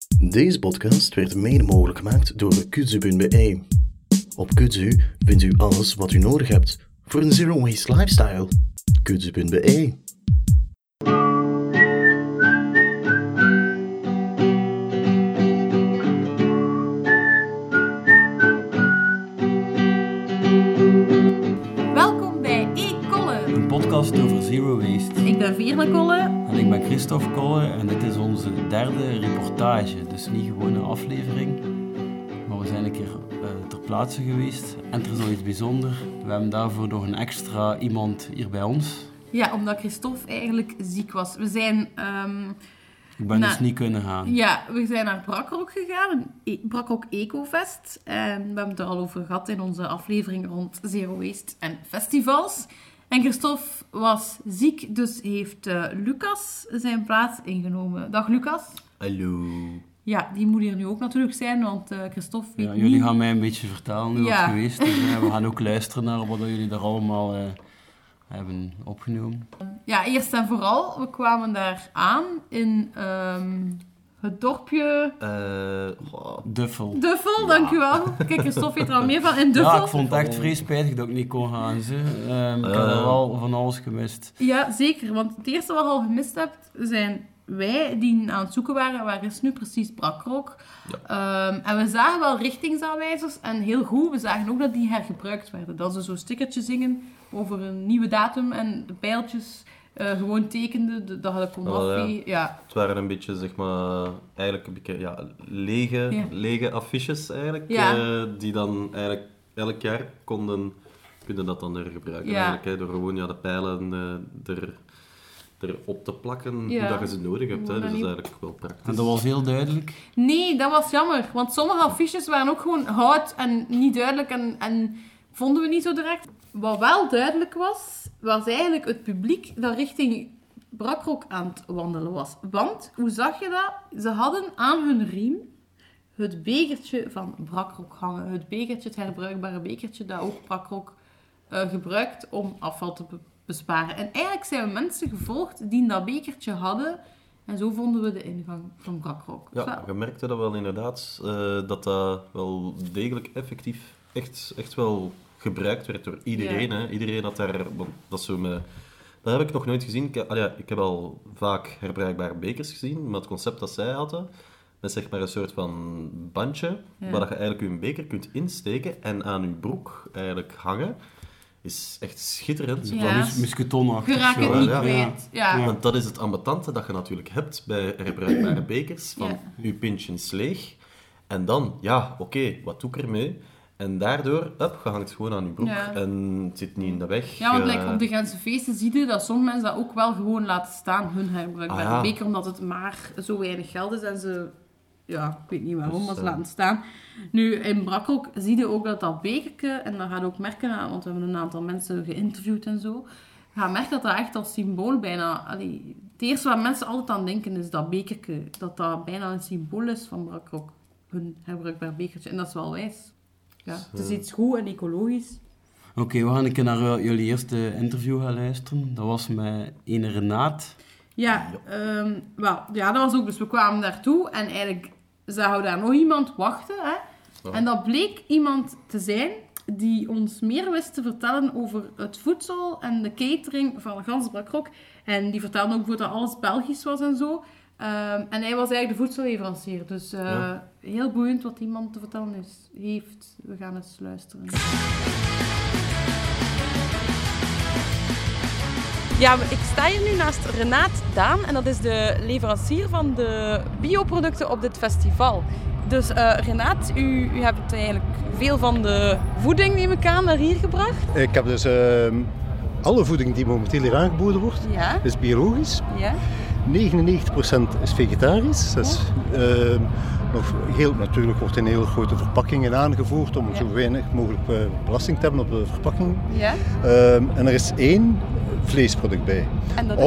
Deze podcast werd mede mogelijk gemaakt door Kudzu.be. Op Kudzu vindt u alles wat u nodig hebt voor een zero-waste lifestyle. Kudzu.be. Welkom bij E-Kolle. Een podcast over zero waste. Ik ben Veerle Kolle. En ik ben Christophe Kolle en dit is onze derde reportage. Dus niet gewoon een aflevering, maar we zijn een keer ter plaatse geweest. En er is nog iets bijzonders. We hebben daarvoor nog een extra iemand hier bij ons. Ja, omdat Christophe eigenlijk ziek was. We zijn... Ik ben dus niet kunnen gaan. Ja, we zijn naar Brakrock gegaan, Brakrock Ecofest. En we hebben het er al over gehad in onze aflevering rond Zero Waste en festivals. En Christophe was ziek, dus heeft Lucas zijn plaats ingenomen. Dag Lucas. Hallo. Ja, die moet hier nu ook natuurlijk zijn, want Christophe weet niet... Jullie gaan mij een beetje vertellen hoe het Ja. geweest is. We gaan ook luisteren naar wat jullie er allemaal hebben opgenomen. Ja, eerst en vooral, we kwamen daar aan in het dorpje Duffel. Duffel, dankjewel. Kijk, Christophe weet er al meer van. In Duffel. Ja, ik vond het echt vrij spijtig dat ik niet kon gaan. Ik heb er wel van alles gemist. Ja, zeker. Want het eerste wat je al gemist hebt, zijn wij die aan het zoeken waren. Waar is nu precies Brakrock? Ja. En we zagen wel richtingsaanwijzers. En heel goed, we zagen ook dat die hergebruikt werden. Dat ze zo'n stickertje zingen over een nieuwe datum en de pijltjes gewoon tekenden. Dat had ik kon afvee. Ja. Het waren een beetje, zeg maar, eigenlijk een beetje lege affiches eigenlijk. Ja. Die dan eigenlijk elk jaar kunnen dat dan hergebruiken. Ja. Eigenlijk, hè, door gewoon de pijlen erop te plakken hoe dat je ze nodig hebt. Hè. Dus dat is eigenlijk wel praktisch. En dat was heel duidelijk. Nee, dat was jammer. Want sommige affiches waren ook gewoon hout en niet duidelijk en vonden we niet zo direct. Wat wel duidelijk was eigenlijk het publiek dat richting Brakrock aan het wandelen was. Want, hoe zag je dat? Ze hadden aan hun riem het bekertje van Brakrock hangen. Het bekertje, het herbruikbare bekertje dat ook Brakrock gebruikt om afval te besparen. En eigenlijk zijn we mensen gevolgd die dat bekertje hadden. En zo vonden we de ingang van Brakrock. Ja, je merkte dat wel inderdaad, dat wel degelijk effectief echt wel gebruikt werd door iedereen. Ja. Hè. Iedereen had daar... Want dat heb ik nog nooit gezien. Ik heb al vaak herbruikbare bekers gezien, maar het concept dat zij hadden, met zeg maar een soort van bandje, waar dat je eigenlijk je beker kunt insteken en aan je broek eigenlijk hangen, is echt schitterend. Ja. Musketonachtig. Je raakt het zo, niet hè. kwijt. Ja. Want dat is het ambetante dat je natuurlijk hebt bij herbruikbare bekers. Van, Ja. je pintje is leeg. En dan, oké, wat doe ik ermee? En daardoor, je hangt gewoon aan je broek. Ja. En het zit niet in de weg. Ja, want like, op de Gentse feesten zie je dat sommige mensen dat ook wel gewoon laten staan, hun herbruikbare beker, omdat het maar zo weinig geld is en ze... Ja, ik weet niet waarom, maar ze laten staan. Nu, in Brakrock zie je ook dat bekerke, en dat gaat ook merken, want we hebben een aantal mensen geïnterviewd en zo, je gaat merken dat dat echt als symbool bijna... Allee, het eerste waar mensen altijd aan denken is dat bekerke, dat bijna een symbool is van Brakrock, hun herbruikbaar bekertje. En dat is wel wijs. Ja, het is iets goed en ecologisch. Oké, we gaan een keer naar jullie eerste interview gaan luisteren. Dat was met ene Renaat. Ja, dat was ook. Dus we kwamen daartoe en eigenlijk zagen we daar nog iemand wachten. Hè? Oh. En dat bleek iemand te zijn die ons meer wist te vertellen over het voedsel en de catering van gans Brakrock. En die vertelde ook dat alles Belgisch was en zo. En hij was eigenlijk de voedselleverancier. Dus heel boeiend wat iemand te vertellen heeft. We gaan eens luisteren. Ja, ik sta hier nu naast Renaat Daan en dat is de leverancier van de bioproducten op dit festival. Dus Renaat, u hebt eigenlijk veel van de voeding, neem ik aan, naar hier gebracht. Ik heb dus alle voeding die momenteel hier aangeboden wordt, is biologisch. Ja. 99% is vegetarisch. Dus, nog natuurlijk wordt in hele grote verpakkingen aangevoerd om zo weinig mogelijk belasting te hebben op de verpakking. Ja. En er is 1 vleesproduct bij. En dat Om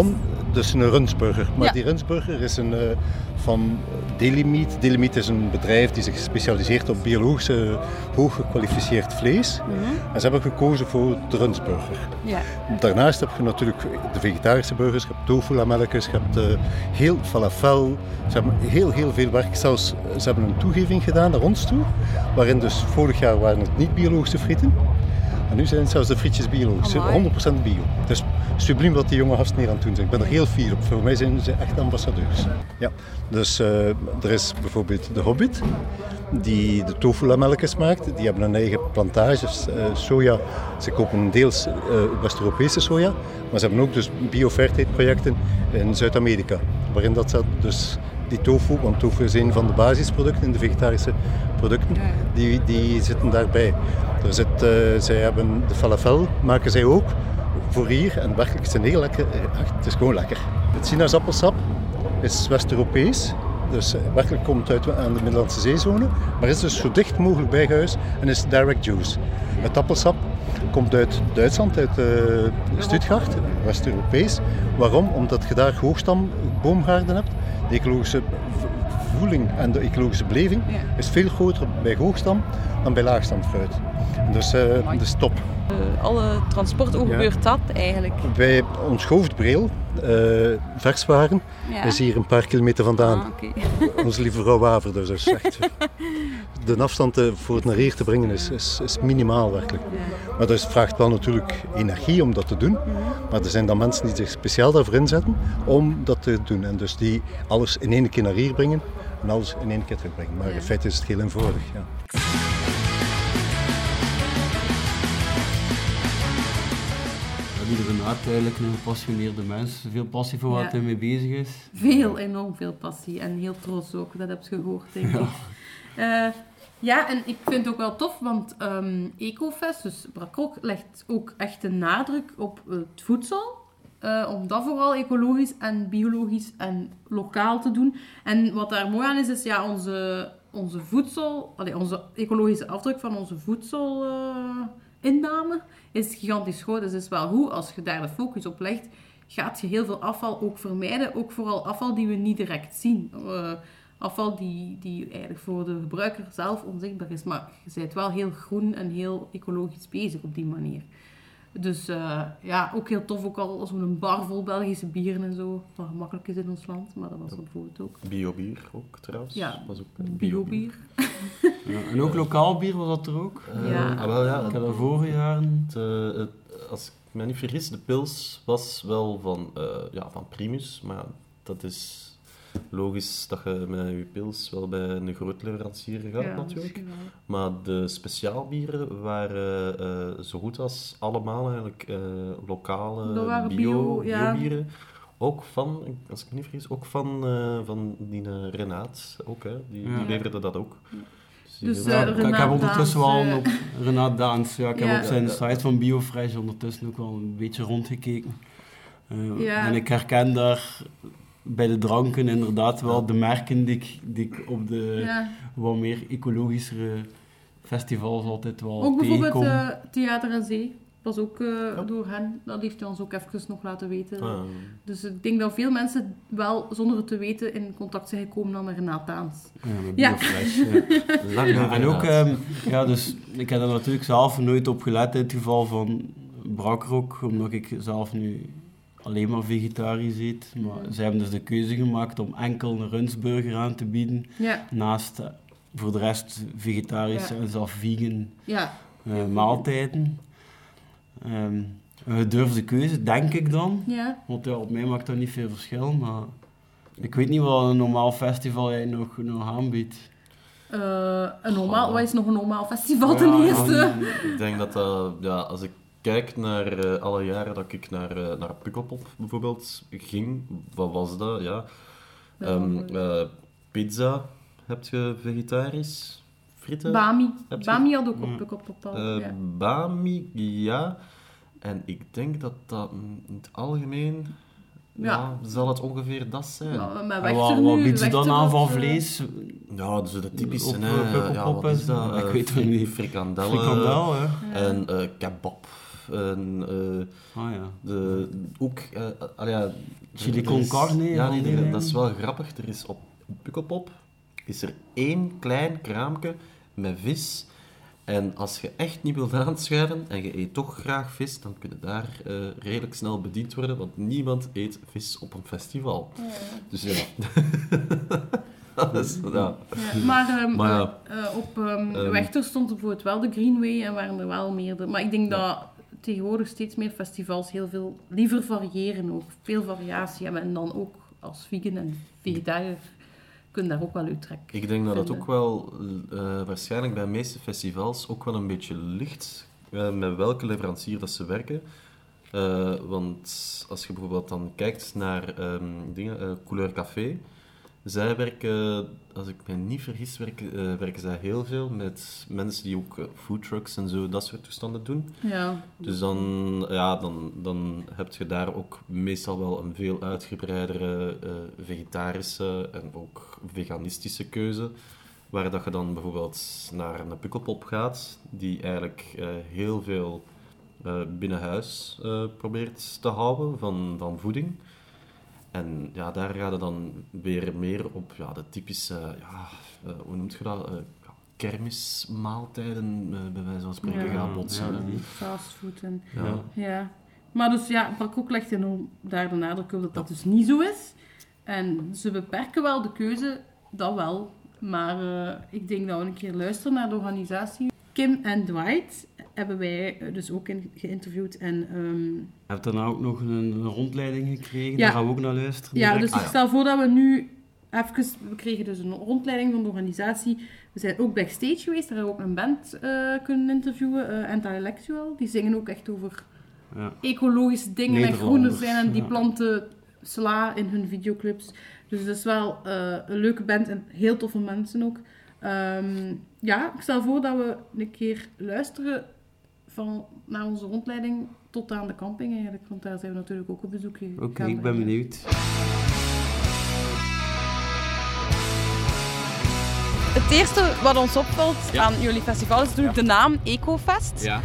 dus een Rundsburger. Maar Ja. die Rundsburger is van Delimeat. Delimeat is een bedrijf die zich specialiseert op biologische, hooggekwalificeerd vlees. En ze hebben gekozen voor de Rundsburger. Ja. Daarnaast heb je natuurlijk de vegetarische burgers, je hebt tofu-lamelletjes, je hebt heel falafel. Ze hebben heel veel werk. Zelfs, ze hebben een toegeving gedaan naar ons toe, waarin dus vorig jaar waren het niet biologische frieten. En nu zijn het zelfs de frietjes biologisch, Amai. 100% bio. Het is subliem wat die jonge gasten hier aan het doen zijn. Ik ben er heel fier op. Voor mij zijn ze echt ambassadeurs. Ja. Dus er is bijvoorbeeld de Hobbit, die de tofu-lamelletjes maakt. Die hebben een eigen plantages, soja. Ze kopen deels West-Europese soja, maar ze hebben ook dus bio-fairtrade-projecten in Zuid-Amerika. Waarin dat zat dus die tofu, want tofu is een van de basisproducten in de vegetarische producten, die zitten daarbij. Zij hebben de falafel, maken zij ook voor hier en werkelijk het is heel lekker. Het is gewoon lekker. Het sinaasappelsap is West-Europees, dus werkelijk komt uit aan de Middellandse zeezone, maar is dus zo dicht mogelijk bij huis en is direct juice. Het appelsap komt uit Duitsland, uit Stuttgart, West-Europees. Waarom? Omdat je daar hoogstamboomgaarden hebt. De ecologische voeling en de ecologische beleving is veel groter bij hoogstam dan bij laagstamfruit. Dus top. Alle transport, hoe gebeurt dat eigenlijk? Bij ons hoofdbreel, verswaren, Ja. is hier een paar kilometer vandaan. Ah, oké. Onze lieve vrouw Waver, dus dat is echt... De afstand voor het naar hier te brengen is minimaal werkelijk. Maar dat vraagt wel natuurlijk energie om dat te doen. Maar er zijn dan mensen die zich speciaal daarvoor inzetten om dat te doen. En dus die alles in één keer naar hier brengen en alles in één keer terugbrengen. Maar in feite is het heel eenvoudig. Ja. Renaat eigenlijk een gepassioneerde mens, veel passie voor wat hij mee bezig is. Enorm veel passie en heel trots ook, dat heb je gehoord, denk ik. Ja, en ik vind het ook wel tof, want Ecofest, dus Brakrok, legt ook echt een nadruk op het voedsel. Om dat vooral ecologisch en biologisch en lokaal te doen. En wat daar mooi aan is ja, onze voedsel, onze ecologische afdruk van onze voedselinname is gigantisch groot. Dus het is wel goed, als je daar de focus op legt, gaat je heel veel afval ook vermijden. Ook vooral afval die we niet direct zien. Afval die eigenlijk voor de gebruiker zelf onzichtbaar is. Maar je bent wel heel groen en heel ecologisch bezig op die manier. Dus ja, ook heel tof, ook al zo'n bar vol Belgische bieren en zo. Wat gemakkelijk is in ons land, maar dat was er bijvoorbeeld ook. Biobier ook trouwens. Ja, was ook biobier. Ja, en ook lokaal bier was dat er ook. Ja. Wel, ja. Ik heb dat vorige jaren. Als ik me niet vergis, de pils was wel van Primus, maar dat is logisch dat je met je pils wel bij een groot leverancier gaat natuurlijk. misschien wel. Maar de speciaalbieren waren zo goed als allemaal eigenlijk lokale Dat waren bio, ja. biobieren. Ook van, als ik me niet vergis, ook van die Renaat ook, hè. Die leverde dat ook. Dus, Ja, ik heb Renaat ondertussen Daans, wel op Renaat Daans. Ja, ik Ja. heb op zijn site van Biofresh ondertussen ook wel een beetje rondgekeken. Ja. En ik herken daar bij de dranken inderdaad wel de merken die ik op de wat meer ecologischere festivals altijd wel Ook bijvoorbeeld tegenkom. Theater en Zee. Was ook door hen. Dat heeft hij ons ook even nog laten weten. Dus ik denk dat veel mensen wel, zonder het te weten, in contact zijn gekomen dan met Renaat Daans. Ja, met Ja. Biofresh. Ja. Lang Ja, en ook, Renaat. dus ik heb er natuurlijk zelf nooit op gelet in het geval van Brakrok, omdat ik zelf nu alleen maar vegetarisch eet. Maar zij hebben dus de keuze gemaakt om enkel een Rundsburger aan te bieden, Ja, naast voor de rest vegetarische en zelfs vegan ja. maaltijden. Een gedurfde keuze, denk ik dan. Ja. Want ja, op mij maakt dat niet veel verschil, maar ik weet niet wat een normaal festival jij nog aanbiedt. Wat is nog een normaal festival ten eerste? Ik denk dat als ik kijk naar alle jaren dat ik naar Pukkelpop bijvoorbeeld ging, wat was dat? Ja. Pizza, heb je vegetarisch? Frieten? Bami. Heb je- Bami had ook op Pukkelpop al. Ja. Bami, ja. En ik denk dat in het algemeen... Ja. Zal het ongeveer dat zijn? Ja, maar En Wechter wat nu, biedt ze dan Wechter aan van was, vlees? Ja, dus de typische, Op hè. Pukkelpop Wat is is- dat? ik weet het niet. Frikandellen. Frikandel, hè? En kebab. Ook... Chili con carne. Ja, nee, dat is wel grappig. Er is op Pukkelpop is er 1 klein kraampje met vis. En als je echt niet wilt aanschuiven en je eet toch graag vis, dan kun je daar redelijk snel bediend worden, want niemand eet vis op een festival. Ja. Dus ja. Maar op Wechter stond er bijvoorbeeld wel de Greenway en waren er wel meerdere. Maar ik denk dat tegenwoordig steeds meer festivals heel veel liever variëren ook. Veel variatie hebben en dan ook als vegan en vegetariër kun je daar ook wel uit trekken. Ik denk dat het ook wel waarschijnlijk bij de meeste festivals ook wel een beetje ligt met welke leverancier dat ze werken. Want als je bijvoorbeeld dan kijkt naar Couleur Café, zij werken, als ik me niet vergis, werken zij heel veel met mensen die ook foodtrucks en zo, dat soort toestanden doen. Ja. Dus dan heb je daar ook meestal wel een veel uitgebreidere vegetarische en ook veganistische keuze. Waar dat je dan bijvoorbeeld naar een Pukkelpop gaat, die eigenlijk heel veel binnen huis probeert te houden van voeding. En ja, daar gaat het dan weer meer op de typische, hoe noemt je dat, kermismaaltijden, bij wijze van spreken, gaan botsen. Fastfood en... Ja. Maar dus Brakok legt daar de nadruk op dat dat dus niet zo is. En ze beperken wel de keuze, dat wel. Maar ik denk dat we een keer luisteren naar de organisatie. Kim en Dwight hebben wij dus ook geïnterviewd. En, je hebt daarna ook nog een rondleiding gekregen, daar gaan we ook naar luisteren. Ja, dus ik stel voor dat we nu even... We kregen dus een rondleiding van de organisatie. We zijn ook backstage geweest, daar hebben we ook een band kunnen interviewen, Anti-Electual. Die zingen ook echt over ecologische dingen en groener zijn en die planten sla in hun videoclips. Dus het is wel een leuke band en heel toffe mensen ook. Ik stel voor dat we een keer luisteren naar onze rondleiding tot aan de camping eigenlijk, want daar zijn we natuurlijk ook op bezoek gegaan. Oké, ik ben benieuwd. Het eerste wat ons opvalt aan jullie festival is natuurlijk de naam Ecofest. Ja.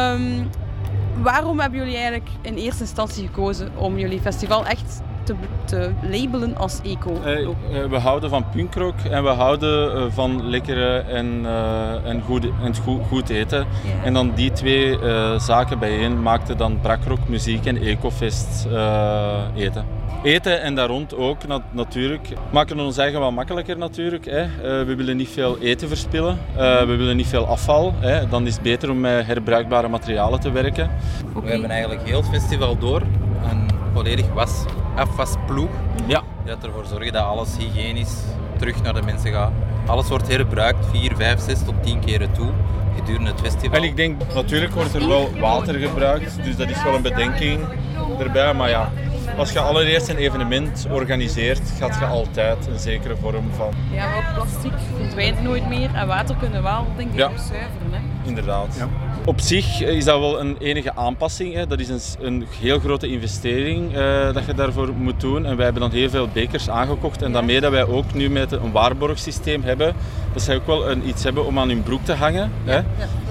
Waarom hebben jullie eigenlijk in eerste instantie gekozen om jullie festival echt te labelen als eco? We houden van punkrock en we houden van lekkere en goed eten. Yeah. En dan die 2 zaken bijeen maakten dan Brakrock muziek en Ecofest eten. Eten en daar rond ook natuurlijk. Maken ons eigen wat makkelijker natuurlijk. We willen niet veel eten verspillen. We willen niet veel afval. Dan is het beter om met herbruikbare materialen te werken. Okay. We hebben eigenlijk heel het festival door een volledig afwasploeg. Ja. Die ervoor zorgen dat alles hygiënisch terug naar de mensen gaat. Alles wordt herbruikt 4, 5, 6 tot 10 keren toe gedurende het festival. En ik denk, natuurlijk wordt er wel water gebruikt, dus dat is wel een bedenking erbij. Maar ja, als je allereerst een evenement organiseert, gaat je altijd een zekere vorm van... Ja, maar ook plastic verdwijnt nooit meer en water kunnen wel, denk ik, zuiveren. Hè? Inderdaad. Ja. Op zich is dat wel een enige aanpassing. Hè. Dat is een heel grote investering dat je daarvoor moet doen. En wij hebben dan heel veel bekers aangekocht. En daarmee dat wij ook nu met een waarborgsysteem hebben, dat zij ook wel iets hebben om aan hun broek te hangen. Ja, hè.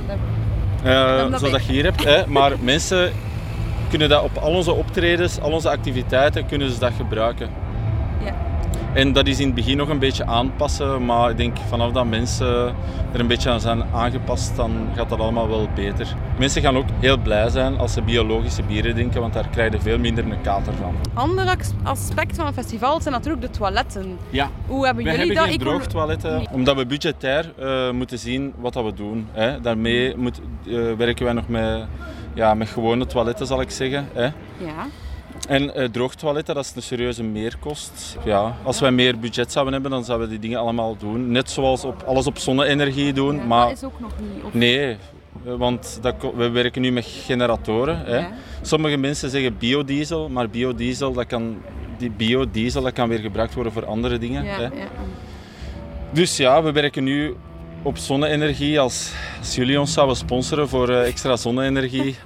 Ja, dat zoals je hier hebt. Hè. Maar mensen kunnen dat op al onze optredens, al onze activiteiten, kunnen ze dat gebruiken. Ja. En dat is in het begin nog een beetje aanpassen, maar ik denk vanaf dat mensen er een beetje aan zijn aangepast, dan gaat dat allemaal wel beter. Mensen gaan ook heel blij zijn als ze biologische bieren drinken, want daar krijg je veel minder een kater van. Ander aspect van een festival zijn natuurlijk de toiletten. Ja. Hoe hebben jullie dat? Dat? We hebben geen droogtoiletten, omdat we budgetair moeten zien wat we doen. Hè. Daarmee werken wij nog met gewone toiletten, zal ik zeggen. Hè. Ja. En droogtoiletten, dat is een serieuze meerkost. Ja, als wij meer budget zouden hebben, dan zouden we die dingen allemaal doen. Net zoals alles op zonne-energie doen. Ja, maar dat is ook nog niet... Of... Nee, want we werken nu met generatoren. Hè. Ja. Sommige mensen zeggen biodiesel, maar biodiesel dat kan weer gebruikt worden voor andere dingen. Ja, hè. ja. Dus ja, we werken nu op zonne-energie. Als jullie ons zouden sponsoren voor extra zonne-energie,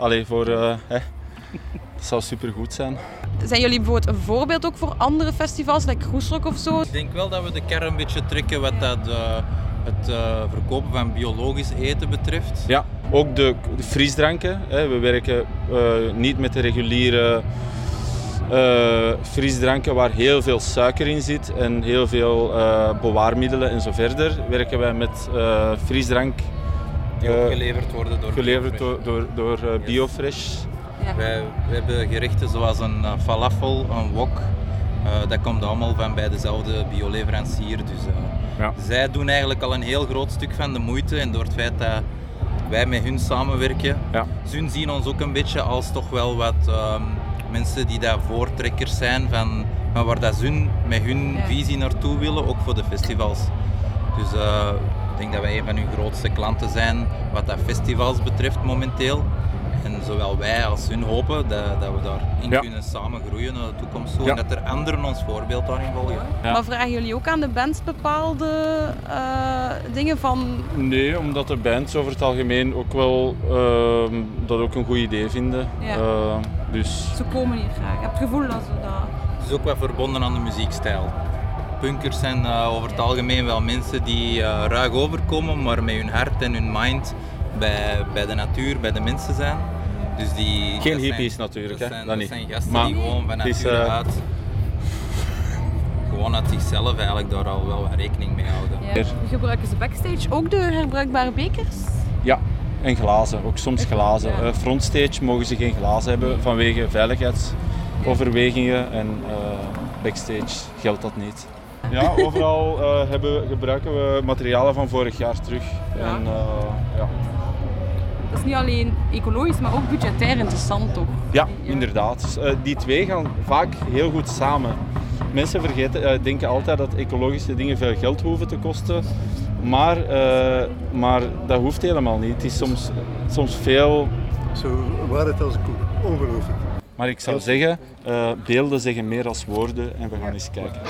dat zou supergoed zijn. Zijn jullie bijvoorbeeld een voorbeeld ook voor andere festivals, like Groesrock of zo? Ik denk wel dat we de kern een beetje trekken wat dat het verkopen van biologisch eten betreft. Ja. Ook de frisdranken. Hè. We werken niet met de reguliere frisdranken waar heel veel suiker in zit en heel veel bewaarmiddelen en zo verder. Werken wij met frisdrank Die ook geleverd worden door BioFresh. Ja. We hebben gerechten zoals een falafel, een wok. Dat komt allemaal van bij dezelfde bioleverancier. Dus zij doen eigenlijk al een heel groot stuk van de moeite. En door het feit dat wij met hun samenwerken, ze zien ons ook een beetje als toch wel wat mensen die daar voortrekkers zijn van waar dat ze met hun visie naartoe willen, ook voor de festivals. Dus ik denk dat wij een van hun grootste klanten zijn wat dat festivals betreft momenteel. En zowel wij als hun hopen dat we daarin kunnen samen groeien naar de toekomst toe en dat er anderen ons voorbeeld daarin volgen. Ja. Maar vragen jullie ook aan de bands bepaalde dingen van? Nee, omdat de bands over het algemeen ook wel dat ook een goed idee vinden. Ja. Dus... Ze komen hier graag. Ik heb het gevoel dat ze dat... Het is ook wat verbonden aan de muziekstijl. Punkers zijn over het algemeen wel mensen die ruig overkomen, maar met hun hart en hun mind bij de natuur, bij de mensen zijn. Dus geen hippies natuurlijk, dat zijn gasten maar die gewoon van nature uit, gewoon uit zichzelf eigenlijk daar al wel wat rekening mee houden. Ja. Gebruiken ze backstage ook de herbruikbare bekers? Ja, en glazen, ook soms glazen. Frontstage mogen ze geen glazen hebben vanwege veiligheidsoverwegingen en backstage geldt dat niet. Ja, overal gebruiken we materialen van vorig jaar terug. En, Dat is niet alleen ecologisch, maar ook budgetair interessant, toch? Ja, inderdaad. Die twee gaan vaak heel goed samen. Mensen denken altijd dat ecologische dingen veel geld hoeven te kosten, maar dat hoeft helemaal niet. Het is soms veel... Zo waar het als een koe. Ongelooflijk. Maar ik zou zeggen, beelden zeggen meer als woorden en we gaan eens kijken.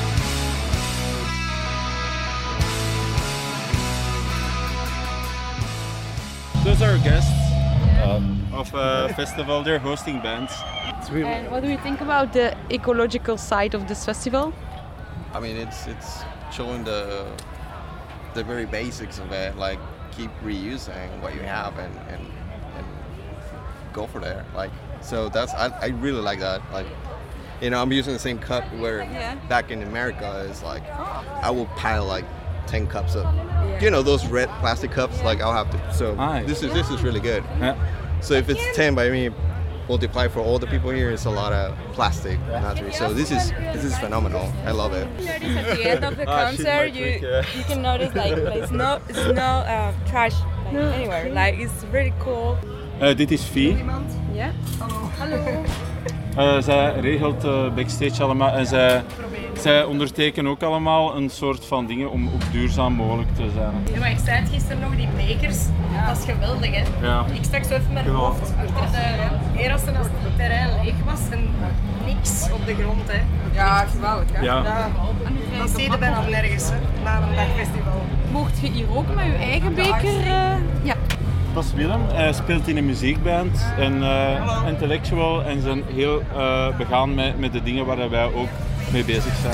Those are guests of a festival. They're hosting bands. And what do you think about the ecological side of this festival? I mean, it's showing the very basics of it, like keep reusing what you have and go for there. Like, so I really like that. Like, you know, I'm using the same cup where back in America is like I will pile like 10 cups up. You know those red plastic cups? Like I'll have to. So this is really good. Yeah. So if it's 10 by me, multiply for all the people here, it's a lot of plastic naturally. So this is phenomenal. I love it. Notice at the end of the concert, you can notice like it's no trash anywhere. Like it's really cool. Dit is Fie. Ja. Hallo. Zij regelt backstage allemaal en zij ondertekenen ook allemaal een soort van dingen om ook duurzaam mogelijk te zijn. Ja, maar ik zei het gisteren nog, die bekers, dat is geweldig hè. Ja. Ik stak zo even mijn hoofd achter de erassen als het terrein leeg was en niks op de grond hè. Ja, geweldig hè. Ja. Dat zie je bijna nergens hè, na een dagfestival. Moogt je hier ook met je eigen beker? Ja. Dat is Willem, hij speelt in een muziekband en intellectual en zijn heel begaan met de dingen waar wij ook mee bezig zijn.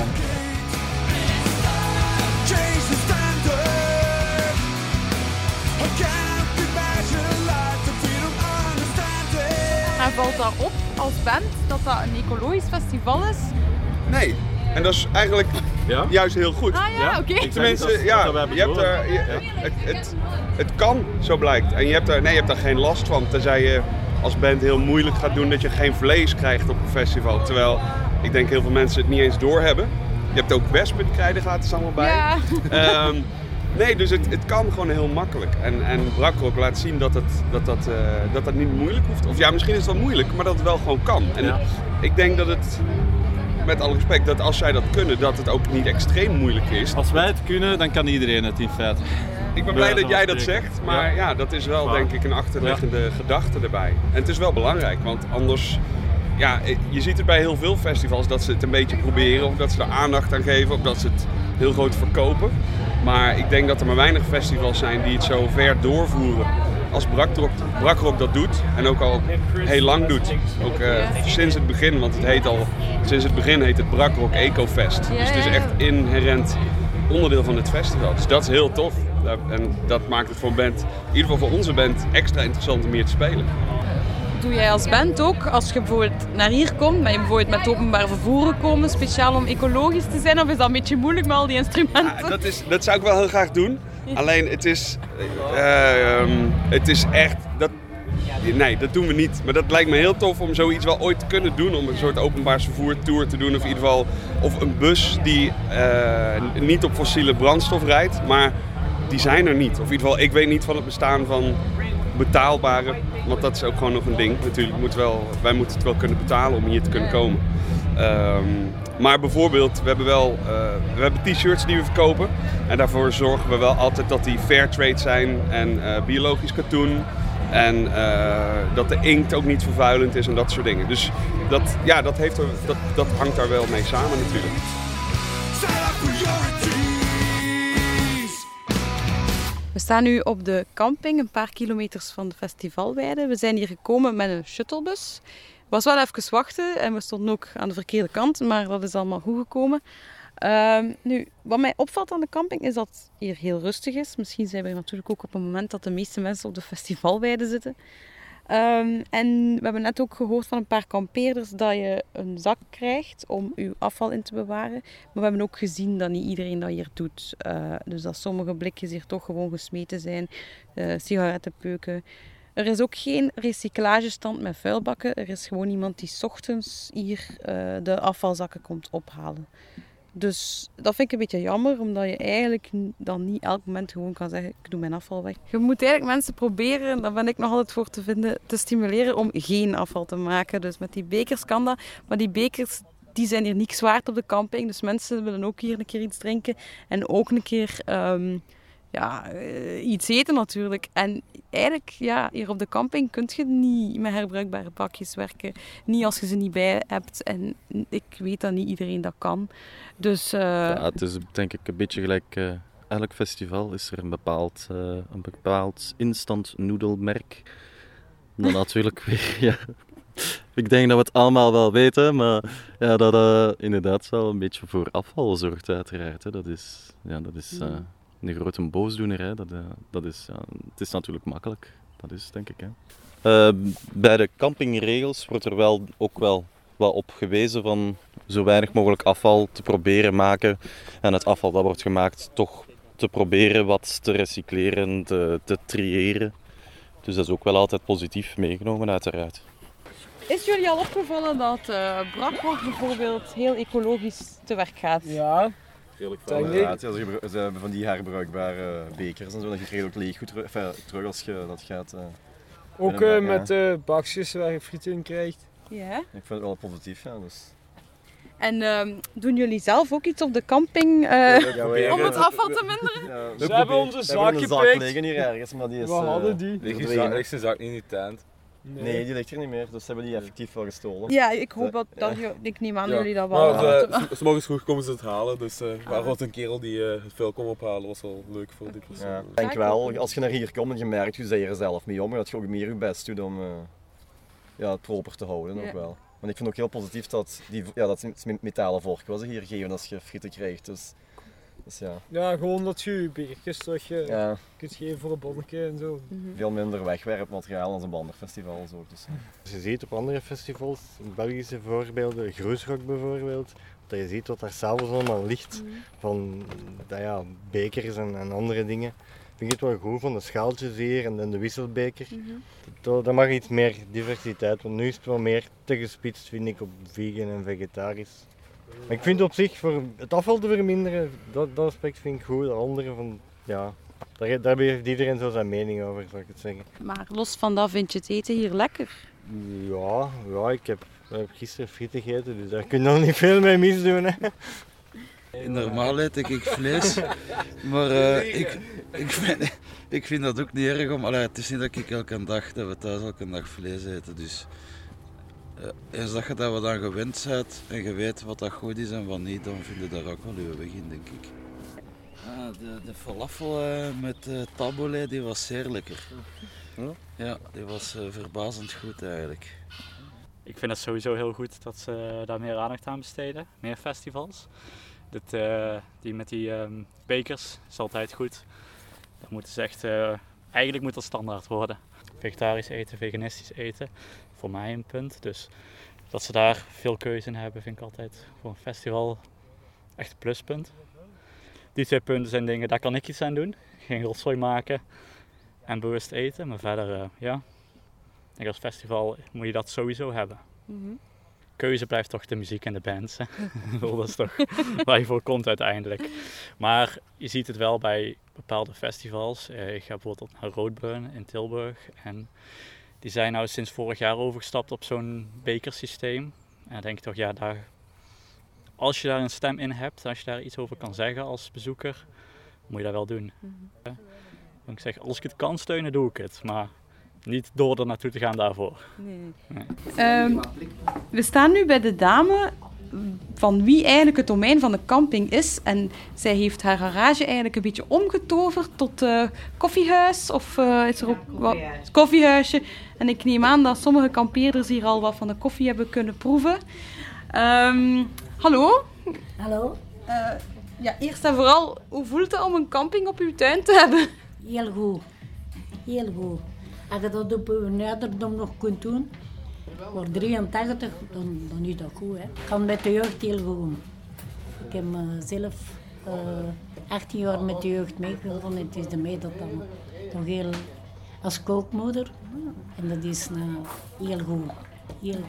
En valt dat op als band dat dat een ecologisch festival is? Nee, en dat is eigenlijk juist heel goed. Ah ja, oké. Tenminste, je hebt er, het kan, zo blijkt. En je hebt daar geen last van, tenzij je als band heel moeilijk gaat doen dat je geen vlees krijgt op een festival. Terwijl ik denk heel veel mensen het niet eens doorhebben. Je hebt ook wespen, die krijgen gratis allemaal bij. Ja. Nee, dus het kan gewoon heel makkelijk. En Brakrock laat zien dat niet moeilijk hoeft. Of ja, misschien is het wel moeilijk, maar dat het wel gewoon kan. En ik denk dat het, met alle respect, dat als zij dat kunnen, dat het ook niet extreem moeilijk is. Als wij het kunnen, dan kan iedereen het in feite. Ik ben blij dat jij dat zegt, maar ja, dat is wel denk ik een achterliggende gedachte erbij. En het is wel belangrijk, want anders... Ja, je ziet het bij heel veel festivals dat ze het een beetje proberen, of dat ze er aandacht aan geven, of dat ze het heel groot verkopen. Maar ik denk dat er maar weinig festivals zijn die het zo ver doorvoeren als Brakrock dat doet. En ook al heel lang doet. Ook sinds het begin, want sinds het begin heet het Brakrock Ecofest. Dus het is echt inherent onderdeel van dit festival. Dus dat is heel tof. En dat maakt het voor een band, in ieder geval voor onze band, extra interessant om hier te spelen. Doe jij als band ook, als je bijvoorbeeld naar hier komt, ben je bijvoorbeeld met openbaar vervoer gekomen, speciaal om ecologisch te zijn, of is dat een beetje moeilijk met al die instrumenten? Ja, dat zou ik wel heel graag doen. Alleen het is echt... Nee, dat doen we niet. Maar dat lijkt me heel tof om zoiets wel ooit te kunnen doen. Om een soort openbaar vervoer tour te doen. Of in ieder geval of een bus die niet op fossiele brandstof rijdt. Maar die zijn er niet. Of in ieder geval, ik weet niet van het bestaan van betaalbare. Want dat is ook gewoon nog een ding. Natuurlijk, wij moeten het wel kunnen betalen om hier te kunnen komen. Maar bijvoorbeeld, we hebben t-shirts die we verkopen. En daarvoor zorgen we wel altijd dat die fair trade zijn en biologisch katoen. En dat de inkt ook niet vervuilend is en dat soort dingen. Dus dat hangt daar wel mee samen natuurlijk. We staan nu op de camping, een paar kilometers van de festivalweide. We zijn hier gekomen met een shuttlebus. Het was wel even wachten en we stonden ook aan de verkeerde kant, maar dat is allemaal goed gekomen. Nu, wat mij opvalt aan de camping is dat het hier heel rustig is. Misschien zijn we natuurlijk ook op het moment dat de meeste mensen op de festivalweide zitten. En we hebben net ook gehoord van een paar kampeerders dat je een zak krijgt om je afval in te bewaren. Maar we hebben ook gezien dat niet iedereen dat hier doet. Dus dat sommige blikjes hier toch gewoon gesmeten zijn, sigarettenpeuken. Er is ook geen recyclagestand met vuilbakken. Er is gewoon iemand die 's ochtends hier de afvalzakken komt ophalen. Dus dat vind ik een beetje jammer, omdat je eigenlijk dan niet elk moment gewoon kan zeggen, ik doe mijn afval weg. Je moet eigenlijk mensen proberen, daar ben ik nog altijd voor te vinden, te stimuleren om geen afval te maken. Dus met die bekers kan dat, maar die bekers die zijn hier niks waard op de camping. Dus mensen willen ook hier een keer iets drinken en ook een keer iets eten natuurlijk. En eigenlijk, hier op de camping kun je niet met herbruikbare bakjes werken. Niet als je ze niet bij hebt. En ik weet dat niet iedereen dat kan. Dus, het is denk ik een beetje gelijk... elk festival is er een bepaald instant noedelmerk. Dan natuurlijk weer... Ja. Ik denk dat we het allemaal wel weten, maar ja, dat inderdaad wel een beetje voor afval zorgt uiteraard. Hè. Dat is een grote boosdoener. Hè. Het is natuurlijk makkelijk. Dat is denk ik. Hè. Bij de campingregels wordt er wel ook wel wat op gewezen van zo weinig mogelijk afval te proberen maken. En het afval dat wordt gemaakt toch te proberen wat te recycleren, te triëren. Dus dat is ook wel altijd positief meegenomen uiteraard. Is jullie al opgevallen dat Brakrok bijvoorbeeld heel ecologisch te werk gaat? Ja. Redelijk veel inderdaad. Ja, ze hebben van die herbruikbare bekers en zo, dat je het redelijk leeg goed terug als je dat gaat. Ook met bakjes waar je frieten in krijgt. Ja. Ik vind het wel positief, ja. Dus. En doen jullie zelf ook iets op de camping om het afval te minderen? Ja, ze hebben onze zak gepikt. We liggen hier ergens, maar die is... We hadden die. Ligt zijn zak niet in die tent? Nee, die ligt er niet meer, dus ze hebben die effectief wel gestolen. Ja, ik hoop dat ik neem aan jullie dat wel. Maar 's morgens vroeg komen ze het halen, dus waar was een kerel die het vuil kon ophalen, was wel leuk voor die persoon. Ja. Ik denk wel, als je naar hier komt en je merkt je er zelf mee om, dat je ook meer je best doet om het proper te houden ook wel. Want ik vind ook heel positief dat het metalen vork was hier geven als je frieten krijgt. Dus ja. Ja, gewoon dat je je bekertjes terug kunt geven voor een bonnetje en zo. Veel minder wegwerpmateriaal dan een ander festival. Zo, dus. Je ziet op andere festivals, Belgische voorbeelden, Groesrock bijvoorbeeld, dat je ziet wat daar s'avonds allemaal ligt van bekers en andere dingen. Ik vind het wel goed van de schaaltjes hier en de wisselbeker. Dat mag iets meer diversiteit, want nu is het wel meer te gespitst vind ik op vegan en vegetarisch. Maar ik vind op zich, voor het afval te verminderen, dat aspect vind ik goed. De andere van, daar heeft iedereen zo zijn mening over, zou ik het zeggen. Maar los van dat, vind je het eten hier lekker? Ja, ik heb gisteren frieten gegeten, dus daar kun je nog niet veel mee misdoen. Hè. Normaal eet ik vlees, maar ik vind dat ook niet erg om. Het is niet dat ik elke dag, dat we thuis elke dag vlees eten. Dus eens dat je daar wat aan gewend bent en je weet wat dat goed is en wat niet, dan vind je daar ook wel je weg in, denk ik. De falafel met tabbouleh, die was zeer lekker. Ja, die was verbazend goed eigenlijk. Ik vind het sowieso heel goed dat ze daar meer aandacht aan besteden, meer festivals. Die met die bekers is altijd goed. Dat moeten ze echt, eigenlijk moet dat standaard worden. Vegetarisch eten, veganistisch eten, voor mij een punt. Dus dat ze daar veel keuze in hebben, vind ik altijd voor een festival echt een pluspunt. Die 2 punten zijn dingen, daar kan ik iets aan doen. Geen rotzooi maken en bewust eten. Maar verder, ik denk als festival moet je dat sowieso hebben. Mm-hmm. Keuze blijft toch de muziek en de bands. Hè? Dat is toch waar je voor komt uiteindelijk. Maar je ziet het wel bij bepaalde festivals. Ik ga bijvoorbeeld naar Roodburn in Tilburg. En die zijn nou sinds vorig jaar overgestapt op zo'n bekersysteem. En dan denk ik toch, ja, als je daar een stem in hebt, als je daar iets over kan zeggen als bezoeker, moet je dat wel doen. Mm-hmm. Ik zeg, als ik het kan steunen, doe ik het. Maar niet door er naartoe te gaan daarvoor. Nee. We staan nu bij de dame van wie eigenlijk het domein van de camping is. En zij heeft haar garage eigenlijk een beetje omgetoverd tot koffiehuis. Of is er ook koffiehuisje. En ik neem aan dat sommige kampeerders hier al wat van de koffie hebben kunnen proeven. Hallo. Hallo. Eerst en vooral, hoe voelt het om een camping op uw tuin te hebben? Heel goed. Heel goed. Als je dat op een ouderdom nog kunt doen, voor 83, dan is dat goed. Hè. Ik kan met de jeugd heel goed. Ik heb zelf 18 jaar met de jeugd meegegaan. Het is de mij dat dan toch heel als kookmoeder. En dat is heel goed. Heel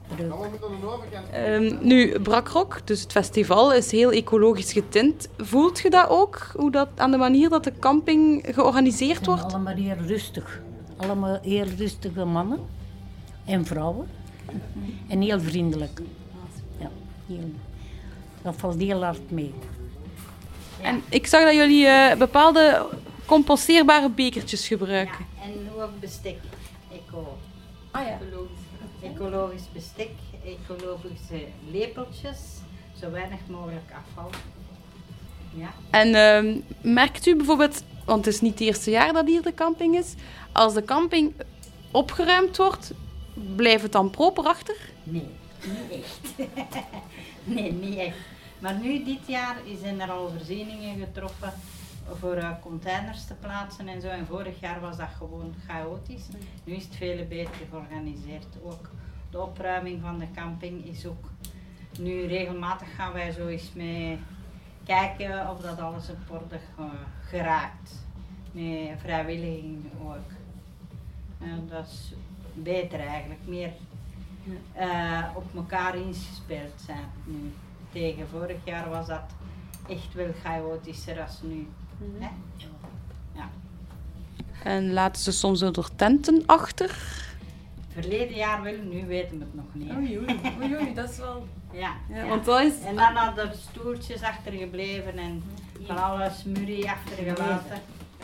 leuk. Nu, Brakrock, dus het festival, is heel ecologisch getint. Voelt je dat ook? Hoe dat, aan de manier dat de camping georganiseerd wordt? Allemaal heel rustig. Allemaal heel rustige mannen en vrouwen. En heel vriendelijk. Ja, dat valt heel hard mee. En ik zag dat jullie bepaalde composteerbare bekertjes gebruiken. Ja, en ook bestek. Ecologisch. Ecologisch bestek, ecologische lepeltjes, zo weinig mogelijk afval. Ja. En merkt u bijvoorbeeld, want het is niet het eerste jaar dat hier de camping is, als de camping opgeruimd wordt, blijft het dan proper achter? Nee, niet echt. Nee, niet echt. Maar nu, dit jaar, zijn er al voorzieningen getroffen voor containers te plaatsen en zo. En vorig jaar was dat gewoon chaotisch. Nu is het veel beter georganiseerd. Ook de opruiming van de camping is ook... Nu regelmatig gaan wij zo eens mee kijken of dat alles op orde geraakt. Met vrijwilliging ook. Dat is beter eigenlijk. Meer op elkaar ingespeeld zijn nu. Tegen vorig jaar was dat echt wel chaotischer als nu. Mm-hmm. Ja. En laten ze soms ook door tenten achter? Verleden jaar wel, nu weten we het nog niet. Oei, dat is wel... Ja. Want dat is... En dan hadden er stoeltjes achtergebleven en van alles smurrie achtergelaten.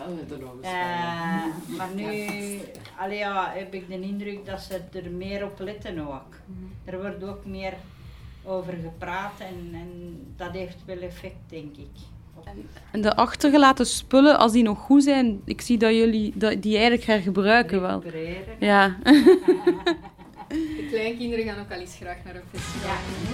Maar nu heb ik de indruk dat ze er meer op letten ook. Er wordt ook meer over gepraat en dat heeft wel effect, denk ik. En de achtergelaten spullen, als die nog goed zijn, ik zie dat jullie die eigenlijk hergebruiken wel. Ja. De kleinkinderen gaan ook al eens graag naar een festival.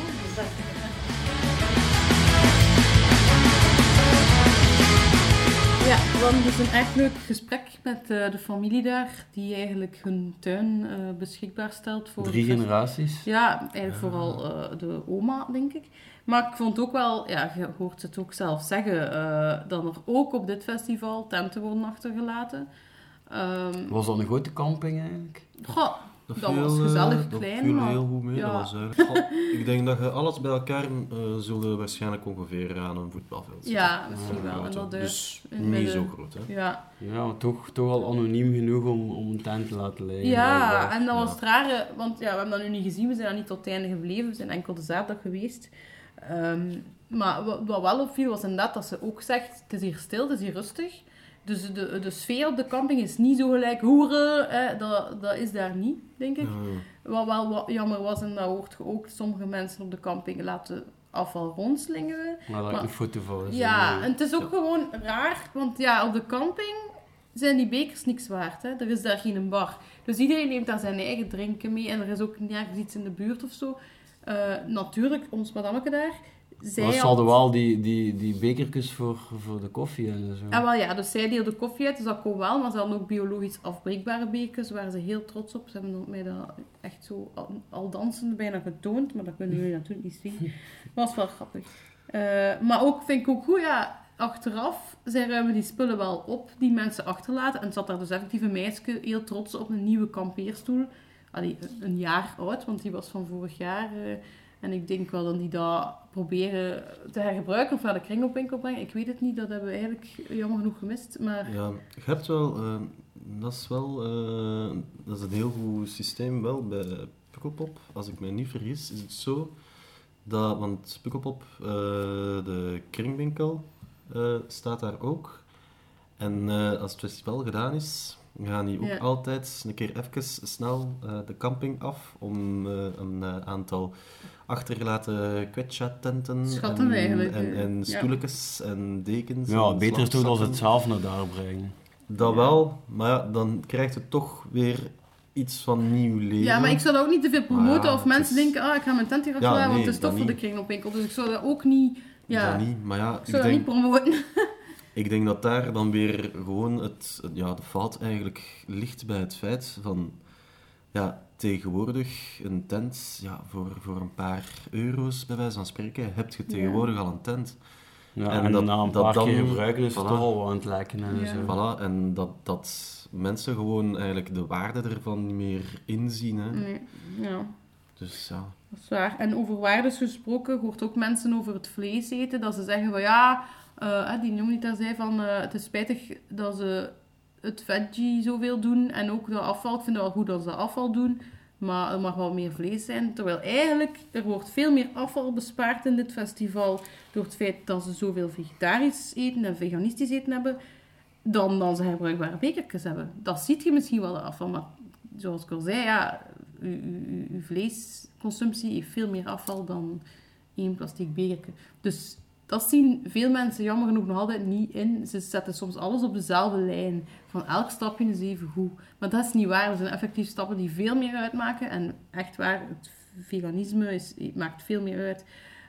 Ja, we hadden dus een echt leuk gesprek met de familie daar, die eigenlijk hun tuin beschikbaar stelt voor... 3 generaties? Ja, eigenlijk vooral de oma, denk ik. Maar ik vond ook wel, ja, je hoort het ook zelf zeggen, dat er ook op dit festival tenten worden achtergelaten. Was dat een grote camping eigenlijk? Goh, dat was gezellig klein. Dat maar viel heel goed mee, ja. dat was eigenlijk... Ik denk dat je alles bij elkaar zullen waarschijnlijk ongeveer aan een voetbalveld zitten. Ja, misschien wel. En dat dus niet zo groot, hè? Ja, maar toch al anoniem genoeg om een tent te laten liggen. Ja, en dat was het rare, want ja, we hebben dat nu niet gezien, we zijn daar niet tot het einde gebleven, we zijn enkel de zaterdag geweest. Maar wat wel opviel was inderdaad dat ze ook zegt, het is hier stil, het is hier rustig. Dus de sfeer op de camping is niet zo gelijk hoeren, dat is daar niet, denk ik. Wat wel wat jammer was, en dat hoort je ook, sommige mensen op de camping laten afval rondslingeren. Maar daar een foto van is. Ja, en het is ook gewoon raar, want ja, op de camping zijn die bekers niks waard. Hè? Er is daar geen bar. Dus iedereen neemt daar zijn eigen drinken mee en er is ook nergens iets in de buurt of zo. Natuurlijk, ons madameke daar, Ze hadden wel die bekertjes voor de koffie en zo. Ah, wel ja, dus zij deelden koffie uit, dus dat kon wel. Maar ze hadden ook biologisch afbreekbare bekertjes, waar ze heel trots op. Ze hebben mij dat echt zo al dansend bijna getoond, maar dat kunnen jullie natuurlijk niet zien. Was wel grappig. Maar ook, vind ik ook goed, ja, achteraf, zij ruimen die spullen wel op die mensen achterlaten. En zat daar dus effectief een meisje heel trots op een nieuwe kampeerstoel. Allee, een jaar oud, want die was van vorig jaar. En ik denk wel dat die dat proberen te hergebruiken of naar de kringloopwinkel brengen. Ik weet het niet, dat hebben we eigenlijk jammer genoeg gemist. Maar... Ja, je hebt wel... dat is een heel goed systeem wel bij Pukkelpop. Als ik me niet vergis, is het zo dat... Want Pukkelpop, de kringwinkel, staat daar ook. En als het festival gedaan is, gaan die ook altijd een keer even snel de camping af om een aantal achtergelaten kwetsja-tenten en stoeltjes en dekens. Ja, beter is toch als het zelf naar daar brengen. Dat wel, maar ja, dan krijgt het toch weer iets van nieuw leven. Ja, maar ik zou dat ook niet te veel promoten of mensen denken, ik ga mijn tent hier achterlaten, want het is toch voor de kringloopwinkel. Dus ik zou dat ook niet... Ja, dat niet, maar ja, ik zou dat niet promoten. Ik denk dat daar dan weer gewoon de fout eigenlijk ligt bij het feit van... Ja, tegenwoordig een tent, voor een paar euro's bij wijze van spreken, heb je tegenwoordig al een tent. Ja, en na een paar keer gebruiken is het toch al aan het lijken. En zo. Voilà, en dat mensen gewoon eigenlijk de waarde ervan niet meer inzien. Hè. Nee, ja. Dus ja. Dat is waar. En over waardes gesproken, hoort ook mensen over het vlees eten, dat ze zeggen van ja, die jongen die daar zei van, het is spijtig dat ze het veggie zoveel doen en ook de afval. Ik vind het wel goed dat ze afval doen, maar er mag wel meer vlees zijn. Terwijl eigenlijk, er wordt veel meer afval bespaard in dit festival door het feit dat ze zoveel vegetarisch eten en veganistisch eten hebben, dan ze herbruikbare bekertjes hebben. Dat ziet je misschien wel afval, maar zoals ik al zei, ja, uw vleesconsumptie heeft veel meer afval dan 1 plastic bekertje. Dus dat zien veel mensen jammer genoeg nog altijd niet in. Ze zetten soms alles op dezelfde lijn. Van elk stapje is even goed. Maar dat is niet waar. Er zijn effectief stappen die veel meer uitmaken. En echt waar, het veganisme maakt veel meer uit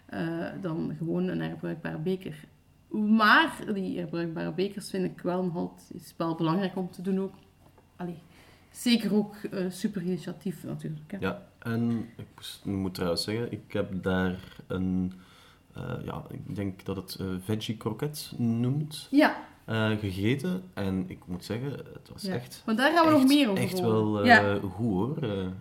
dan gewoon een herbruikbare beker. Maar die herbruikbare bekers vind ik wel nog altijd is wel belangrijk om te doen ook. Allee, zeker ook super initiatief natuurlijk. Hè. Ja, en ik moet trouwens zeggen, ik heb daar een... ik denk dat het veggie croquet noemt. Ja. Gegeten. En ik moet zeggen, het was echt... Want daar gaan we nog meer over echt horen. wel goed hoor.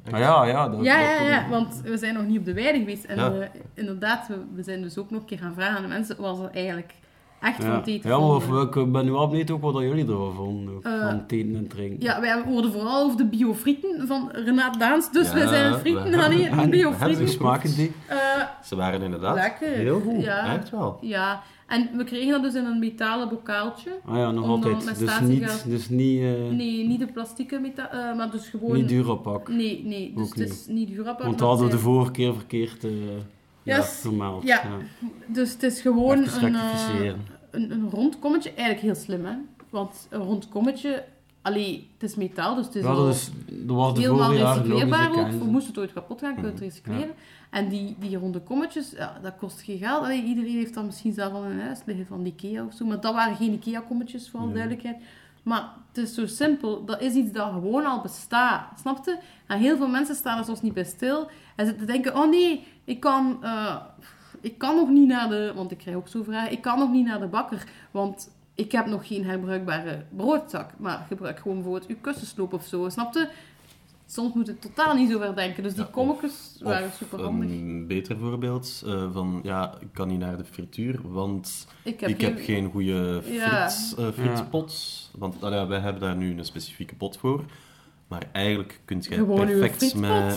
Want we zijn nog niet op de weide geweest. En inderdaad, we zijn dus ook nog een keer gaan vragen aan de mensen, was er eigenlijk echt van het eten ik ben nu wel benieuwd ook wat jullie ervan vonden. Van het eten en drinken. Ja, wij hoorden vooral over de biofrieten van Renaat Daans. Dus wij zijn het frieten gaan eten, biofrieten. Hoe smaken die? Ze waren inderdaad lekker. Heel goed. Ja. Echt wel. Ja. En we kregen dat dus in een metalen bokaaltje. Ah ja, nog altijd. Dus niet... Nee, niet de plastieke metaal, maar dus gewoon... Niet Durapak. Nee. Dus het is niet Durapak. Want dat hadden we de vorige keer verkeerd vermeld. Ja. Dus het is gewoon een rond kommetje. Eigenlijk heel slim, hè. Want een rond kommetje... Allee, het is metaal, dus het is helemaal recycleerbaar ook. We moesten het ooit kapot gaan, kunnen het recycleren. Ja. En die ronde kommetjes, dat kost geen geld. Allee, iedereen heeft dan misschien zelf al in huis liggen van Ikea of zo. Maar dat waren geen Ikea-kommetjes, voor alle duidelijkheid. Maar het is zo simpel. Dat is iets dat gewoon al bestaat. Snap je? En heel veel mensen staan er soms niet bij stil. En zitten te denken, oh nee, ik kan nog niet naar de... Want ik krijg ook zo vragen. Ik kan nog niet naar de bakker, want... Ik heb nog geen herbruikbare broodzak, maar gebruik gewoon bijvoorbeeld uw kussensloop of zo, snap je? Soms moet je totaal niet zo ver denken, dus die kommetjes waren super handig. Een beter voorbeeld van, ik kan niet naar de frituur, want ik heb geen goede frietpot. Want wij hebben daar nu een specifieke pot voor. Maar eigenlijk kun je gewoon perfect met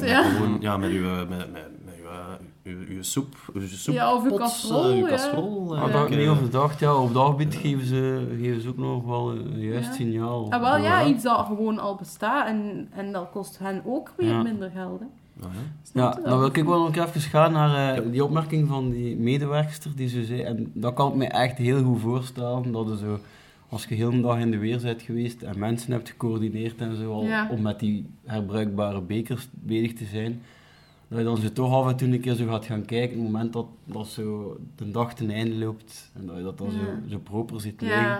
uw soep, of uw kastrol. Dat had ik niet overdacht. Op dat gebied geven ze ook nog wel een juist signaal. Iets dat gewoon al bestaat en dat kost hen ook weer minder geld. Hè. Dan wil ik wel nog even gaan naar die opmerking van die medewerkster die zo zei. En dat kan ik me echt heel goed voorstellen, dat je zo... Als je heel de dag in de weer bent geweest en mensen hebt gecoördineerd en zo om met die herbruikbare bekers bezig te zijn, dat je dan zo toch af en toe een keer zo gaat gaan kijken, op het moment dat zo de dag ten einde loopt, en dat je dat dan zo proper ziet liggen.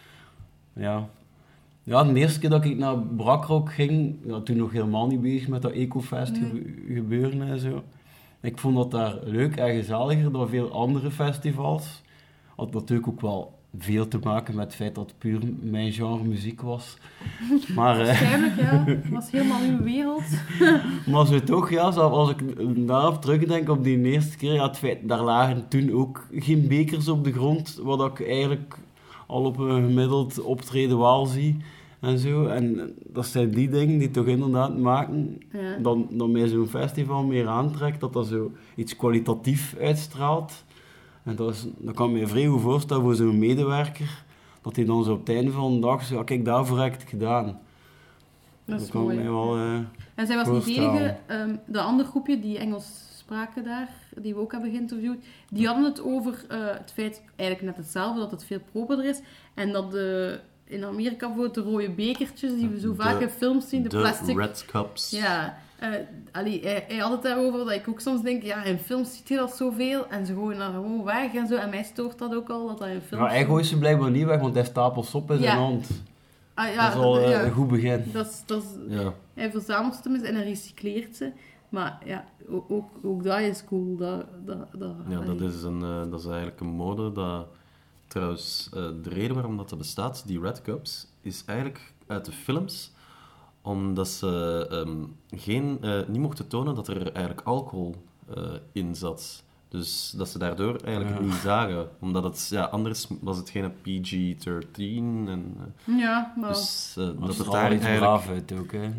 Ja, de eerste keer dat ik naar Brakrock ging, toen nog helemaal niet bezig met dat Ecofest gebeuren en zo. Ik vond dat daar leuk en gezaliger dan veel andere festivals. Had natuurlijk ook wel veel te maken met het feit dat het puur mijn genre muziek was. Maar, waarschijnlijk, ja. Het was helemaal uw wereld. Maar zo toch, ja, als ik daarop terugdenk op die eerste keer, het feit, daar lagen toen ook geen bekers op de grond, wat ik eigenlijk al op een gemiddeld optreden wel zie. En zo. En dat zijn die dingen die toch inderdaad maken dat mij zo'n festival meer aantrekt, dat zo iets kwalitatief uitstraalt. En dat kan ik me vrij goed voorstellen voor zo'n medewerker, dat hij dan zo op het einde van de dag zo, kijk, daarvoor heb ik het gedaan. Dat is kan mooi. Mij wel, en zij was niet de enige, de andere groepje die Engels spraken daar, die we ook hebben geïnterviewd, die hadden het over het feit, eigenlijk net hetzelfde, dat het veel properder is. En dat in Amerika bijvoorbeeld de rode bekertjes, die we zo vaak in films zien, de plastic... Red Cups. Ja. Hij had het daarover dat ik ook soms denk, ja, in films ziet je dat zoveel en ze gooien dat gewoon weg en zo. En mij stoort dat ook al, dat in films... Maar hij gooit ze blijkbaar niet weg, want hij stapelt op in zijn hand. Dat is al een goed begin. Hij verzamelt ze tenminste en hij recycleert ze. Maar ja, ook dat is cool. Dat is eigenlijk een mode dat... Trouwens, de reden waarom dat bestaat, die Red Cups, is eigenlijk uit de films, omdat ze niet mochten tonen dat er eigenlijk alcohol in zat. Dus dat ze daardoor eigenlijk niet zagen. Omdat het, anders was het geen PG-13. Ja, maar... Dus dat het daar braaf uit ook, hè.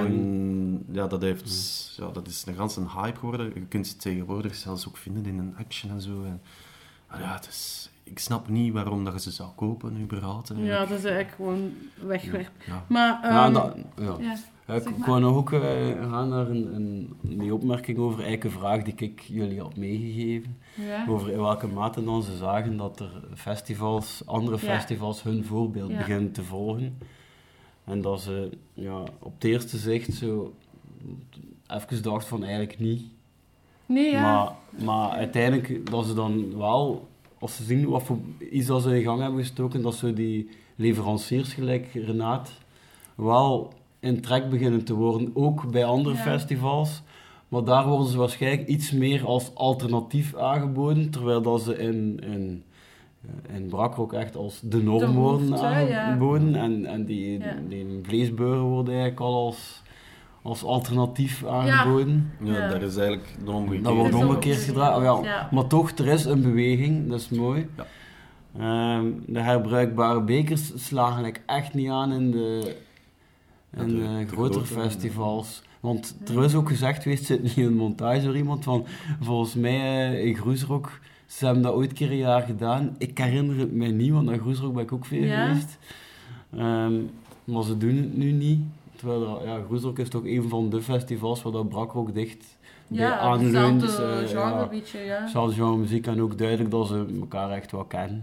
Dat is een ganse hype geworden. Je kunt ze tegenwoordig zelfs ook vinden in een Action en zo. Ik snap niet waarom dat je ze zou kopen, überhaupt. Ja, dat is eigenlijk gewoon wegwerp. Ja. Maar, ik wou nog ook gaan naar die opmerking over eigenlijk een vraag die ik jullie had meegegeven. Ja. Over in welke mate dan ze zagen dat er andere festivals hun voorbeeld beginnen te volgen. En dat ze op het eerste zicht zo even dacht van eigenlijk niet. Nee, ja. Maar uiteindelijk dat ze dan wel... Als ze zien wat voor iets dat ze in gang hebben gestoken, dat ze die leveranciers gelijk Renaat wel in trek beginnen te worden, ook bij andere festivals. Maar daar worden ze waarschijnlijk iets meer als alternatief aangeboden, terwijl dat ze in Brakrock echt als de norm worden aangeboden. En die vleesburger worden eigenlijk al als alternatief aangeboden. Ja, dat is eigenlijk de omgekeerde. Dat wordt omgekeerd gedraaid. Maar toch, er is een beweging, dat is mooi. Ja. De herbruikbare bekers slagen eigenlijk echt niet aan in de grotere festivals. Want er is ook gezegd geweest, zit niet in de montage door iemand, van volgens mij in Groesrock, ze hebben dat ooit een keer een jaar gedaan. Ik herinner het mij niet, want naar Groesrock ben ik ook veel geweest. Maar ze doen het nu niet. Terwijl Groesrock is toch een van de festivals waar dat Brakrock dicht bij aanleunt. Hetzelfde genre muziek en ook duidelijk dat ze elkaar echt wel kennen.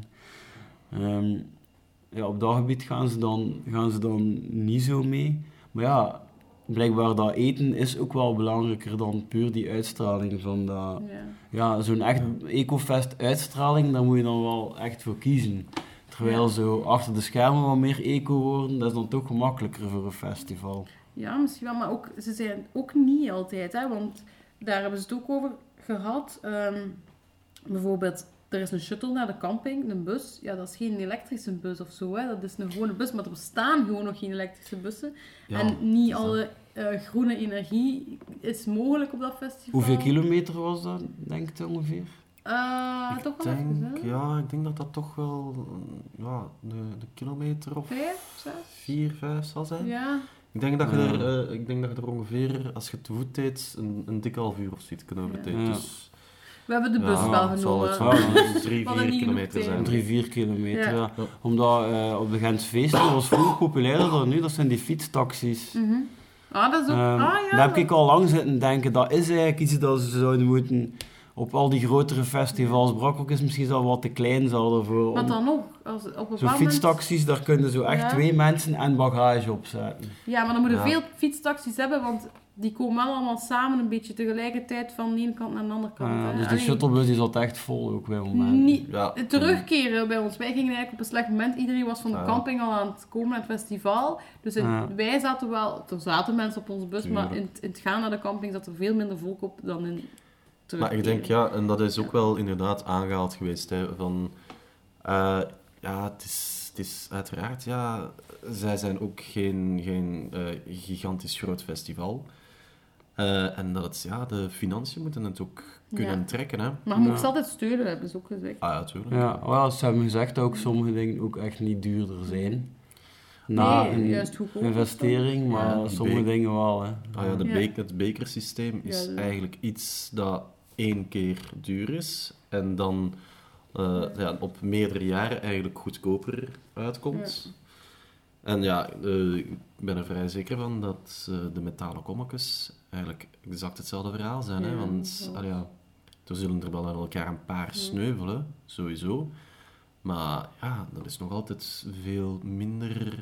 Op dat gebied gaan ze dan niet zo mee. Maar ja, blijkbaar dat eten is ook wel belangrijker dan puur die uitstraling van dat... Ja, zo'n echt Ecofest uitstraling, daar moet je dan wel echt voor kiezen. Terwijl zo achter de schermen wat meer eco worden, dat is dan toch gemakkelijker voor een festival. Ja, misschien wel, maar ook, ze zijn ook niet altijd, hè, want daar hebben ze het ook over gehad. Bijvoorbeeld, er is een shuttle naar de camping, een bus. Ja, dat is geen elektrische bus of zo, hè. Dat is een gewone bus, maar er bestaan gewoon nog geen elektrische bussen. Ja, en niet alle groene energie is mogelijk op dat festival. Hoeveel kilometer was dat, denk je ongeveer? Ik denk dat toch wel de kilometer of 4-5 zal zijn. Ja. Ik denk dat je er ongeveer, als je te voet deed, een dikke half uur of zoiets kan overteken. Ja. Dus, we hebben de bus wel genomen. Het zal 3-4 kilometer zijn. 3-4 kilometer, ja. Omdat op de Gentse feesten was vroeger populairder dan nu, dat zijn die fietstaxis. Mm-hmm. Dat is ook... Daar heb ik al lang zitten denken, dat is eigenlijk iets dat ze zouden moeten... Op al die grotere festivals, Brakrock is misschien al wat te klein daarvoor. Wat dan nog? Zo'n fietstaxis, daar kunnen zo echt 2 mensen en bagage op zetten. Ja, maar dan moeten veel fietstaxis hebben, want die komen allemaal samen een beetje tegelijkertijd van de ene kant naar de andere kant. Hè. Dus de shuttlebus die zat echt vol ook bij momenten. Terugkeren bij ons. Wij gingen eigenlijk op een slecht moment. Iedereen was van de camping al aan het komen naar het festival. Dus wij zaten wel... Er zaten mensen op onze bus, maar in het gaan naar de camping zat er veel minder volk op dan in terugkeren. Maar ik denk, en dat is ook wel inderdaad aangehaald geweest, hè, van... het is uiteraard, zij zijn ook geen gigantisch groot festival. En dat het, de financiën moeten het ook kunnen trekken. Hè. Maar je moet ze altijd steunen, hebben ze ook gezegd. Ah ja, tuurlijk. Ja, ze hebben gezegd dat ook sommige dingen ook echt niet duurder zijn. Juist goedkoop investering, maar sommige dingen wel. Hè. Het bekersysteem is eigenlijk iets dat 1 keer duur is en dan op meerdere jaren eigenlijk goedkoper uitkomt. Ja. En ik ben er vrij zeker van dat de metalen kommetjes eigenlijk exact hetzelfde verhaal zijn. Hè? Want er zullen er wel aan elkaar een paar sneuvelen, sowieso. Maar dat is nog altijd veel minder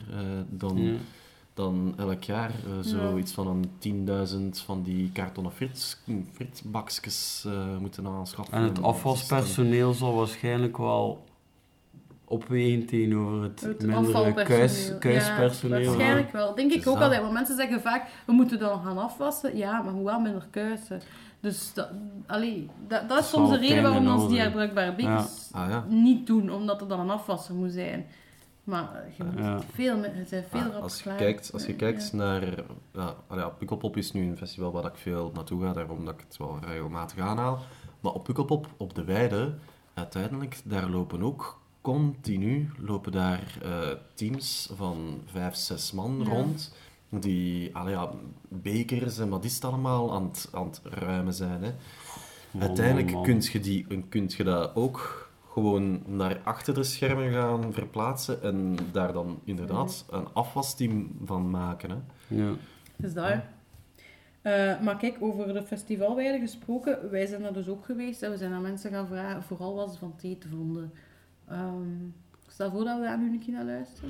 dan elk jaar. Zoiets van een 10.000 van die kartonnen frietbakjes moeten aanschaffen. En het afwaspersoneel zal waarschijnlijk wel opwegen tegenover het mindere kuispersoneel. Ja, waarschijnlijk wel. Denk ik ook altijd. Want mensen zeggen vaak, we moeten dan gaan afwassen. Ja, maar hoe wel minder kuisen. Dus dat is soms de reden waarom ons die herbruikbare bekers niet doen. Omdat er dan een afwasser moet zijn. Maar je moet veel rap als je kijkt naar... Pukkelpop is nu een festival waar ik veel naartoe ga, daarom dat ik het wel regelmatig aanhaal. Maar op Pukkelpop, op de weide, uiteindelijk, daar lopen ook continu teams van 5-6 man rond, die bekers en wat is het allemaal aan het ruimen zijn. Hè. Uiteindelijk kun je dat ook gewoon naar achter de schermen gaan verplaatsen en daar dan inderdaad een afwasteam van maken. Hè. Ja. Dat is dat. Maar kijk, over de festivalweide gesproken, wij zijn daar dus ook geweest en we zijn aan mensen gaan vragen, vooral wat ze van het eten vonden. Stel voor dat we daar nu een keer naar luisteren.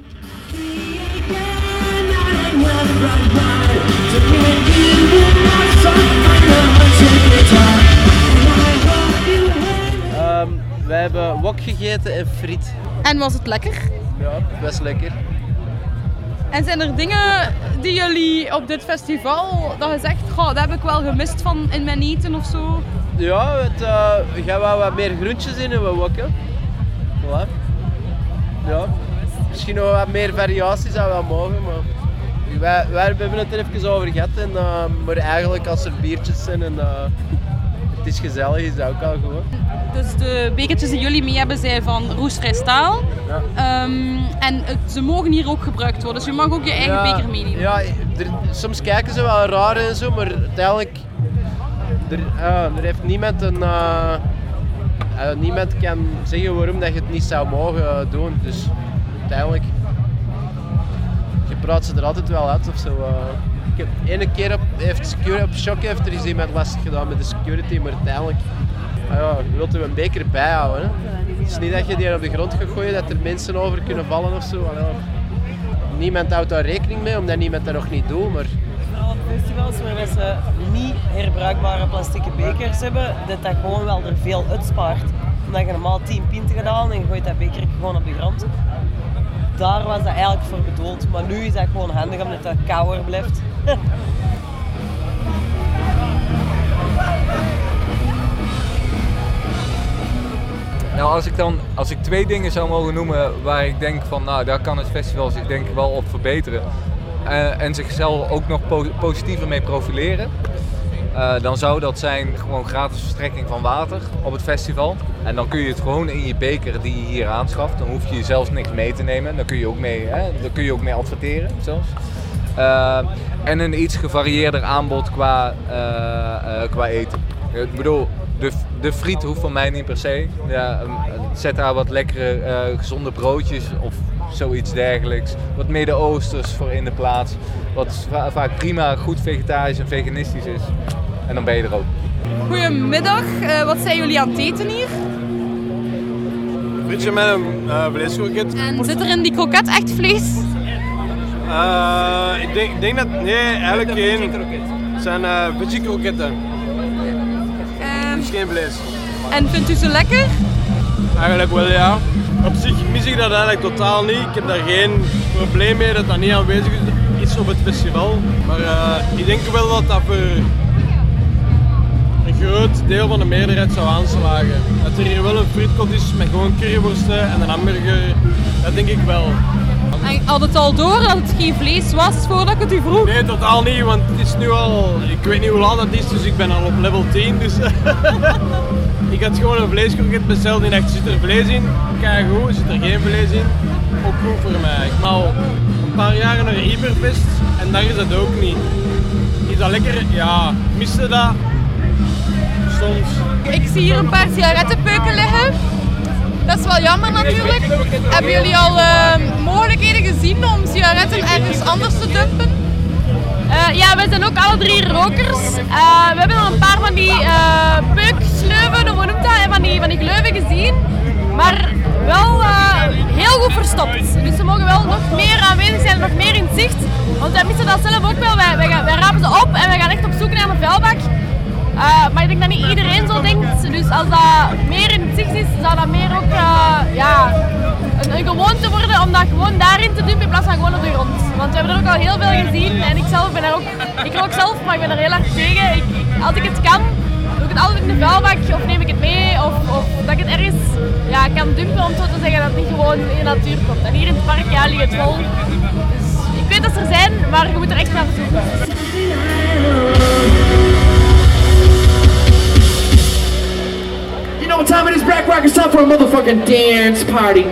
Wij hebben wok gegeten en friet. En was het lekker? Ja, best lekker. En zijn er dingen die jullie op dit festival, dat je zegt, dat heb ik wel gemist van in mijn eten of zo? Ja, we gaan wel wat meer groentjes in we wokken. Voilà. Ja. Misschien nog wat meer variaties zou wel mogen, maar wij hebben het er even over gehad. Maar eigenlijk als er biertjes zijn en het is gezellig, is dat ook al goed. Dus de bekertjes die jullie mee hebben zijn van roestvrij staal. Ja. En ze mogen hier ook gebruikt worden, dus je mag ook je eigen beker meenemen. Ja, soms kijken ze wel raar en zo, maar uiteindelijk er heeft niemand niemand kan zeggen waarom dat je het niet zou mogen doen. Dus uiteindelijk je praat ze er altijd wel uit of zo. Ik heb ene keer op Shock heeft er eens iemand lastig gedaan met de security, maar uiteindelijk je wilt er een beker bijhouden. Hè. Het is niet dat je die op de grond gaat gooien, dat er mensen over kunnen vallen of zo. Niemand houdt daar rekening mee, omdat niemand dat nog niet doet. Maar... Vooral op festivals waar ze niet herbruikbare plastieke bekers hebben, dat gewoon wel er veel uitspaart. Omdat je normaal 10 pinten gedaan en je gooit dat beker gewoon op de grond. Daar was dat eigenlijk voor bedoeld, maar nu is dat gewoon handig omdat dat kouder blijft. Nou, als ik 2 dingen zou mogen noemen waar ik denk van, daar kan het festival zich denk ik wel op verbeteren. En zichzelf ook nog positiever mee profileren. Dan zou dat zijn gewoon gratis verstrekking van water op het festival. En dan kun je het gewoon in je beker die je hier aanschaft. Dan hoef je zelfs niks mee te nemen. Dan kun je ook mee adverteren zelfs. En een iets gevarieerder aanbod qua eten. Ik bedoel, de friet hoeft van mij niet per se. Ja, zet daar wat lekkere gezonde broodjes of zoiets dergelijks. Wat Midden-Oosters voor in de plaats. Wat vaak prima goed vegetarisch en veganistisch is. En dan ben je er ook. Goedemiddag, wat zijn jullie aan het eten hier? Frietje met een vleeskroket. En zit er in die kroket echt vlees? Ik denk dat... Nee, eigenlijk geen. Het zijn veggie-kroketten. Dus geen vlees. En vindt u ze lekker? Eigenlijk wel, ja. Op zich mis ik dat eigenlijk totaal niet. Ik heb daar geen probleem mee dat dat niet aanwezig is op het festival. Maar ik denk wel dat dat voor een groot deel van de meerderheid zou aanslagen. Dat er hier wel een frietkot is met gewoon curryworsten en een hamburger, dat denk ik wel. En had het al door dat het geen vlees was voordat ik het u vroeg? Nee, totaal niet, want het is nu al... Ik weet niet hoe laat het is, dus ik ben al op level 10. Dus ik had gewoon een vleeskroket besteld en dacht, zit er vlees in? Kijk goed, zit er geen vlees in? Ook goed voor mij. Ik ben al een paar jaar naar Hyperfest en daar is dat ook niet. Is dat lekker? Ja. Miste dat? Soms. Ik zie hier een paar sigarettenpeuken liggen. Dat is wel jammer natuurlijk. Hebben jullie al mogelijkheden gezien om sigaretten ergens anders te dumpen? Ja, wij zijn ook alle 3 rokers. We hebben al een paar van die peuksleuven, hoe noemt dat, van die gleuven gezien. Maar wel heel goed verstopt. Dus ze mogen wel nog meer aanwezig zijn, nog meer in zicht. Want wij missen dat zelf ook wel. Wij rapen ze op en wij gaan echt op zoek naar een vuilbak. Maar ik denk dat niet iedereen zo denkt. Dus als dat meer in het zicht is, zou dat meer ook een gewoonte worden om dat gewoon daarin te dumpen in plaats van gewoon op de grond. Want we hebben er ook al heel veel gezien en ik zelf ben er ook... Ik rook zelf, maar ik ben er heel hard tegen. Als ik het kan, doe ik het altijd in de vuilbak of neem ik het mee. Of dat ik het ergens kan dumpen, om zo te zeggen dat het niet gewoon in de natuur komt. En hier in het park ligt het vol. Dus ik weet dat ze er zijn, maar je moet er echt naar zoeken. You know what time it is, Black Rock? It's time for a motherfucking dance party.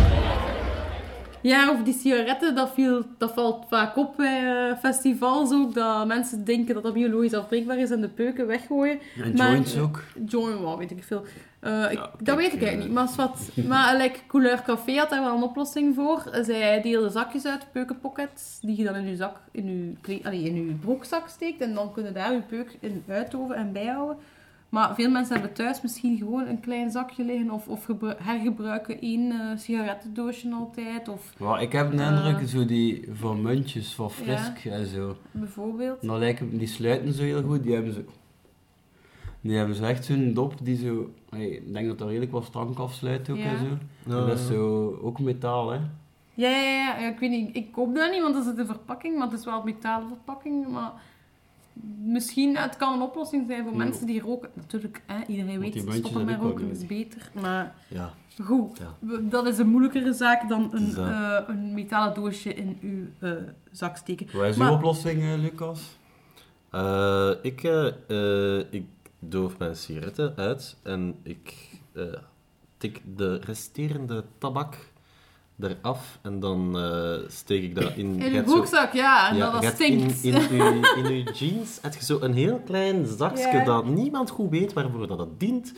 Ja, over die sigaretten, dat valt vaak op bij festivals ook. Dat mensen denken dat dat biologisch afbreekbaar is en de peuken weggooien. En joints ook. Joint, wow, weet ik veel. Dat weet ik eigenlijk niet. Maar Couleur Café had daar wel een oplossing voor. Zij deelden zakjes uit, peukenpockets, die je dan in je zak, in je broekzak steekt. En dan kunnen daar je peuk in uitoven en bijhouden. Maar veel mensen hebben thuis misschien gewoon een klein zakje liggen of hergebruiken 1 sigarettendoosje altijd. Of, ik heb een indruk, zo die van muntjes, van Frisk en zo. Bijvoorbeeld. Dan lijken, die sluiten zo heel goed, die hebben zo echt zo'n dop die zo... Ik denk dat er redelijk wat stank afsluit ook en zo. Ja. En dat is zo ook metaal, hè. Ja, ik weet niet, ik koop dat niet, want dat is de verpakking, maar het is wel een metalen verpakking, maar... Misschien, het kan een oplossing zijn voor mensen die roken. Natuurlijk, iedereen weet, stoppen met roken is beter. Maar goed, dat is een moeilijkere zaak dan een metalen doosje in uw zak steken. Wat is uw oplossing, Lucas? Ik doof mijn sigaretten uit en ik tik de resterende tabak eraf en dan steek ik dat in... In je broekzak, dat stinkt. In uw jeans heb je zo een heel klein zakje dat niemand goed weet waarvoor dat dient.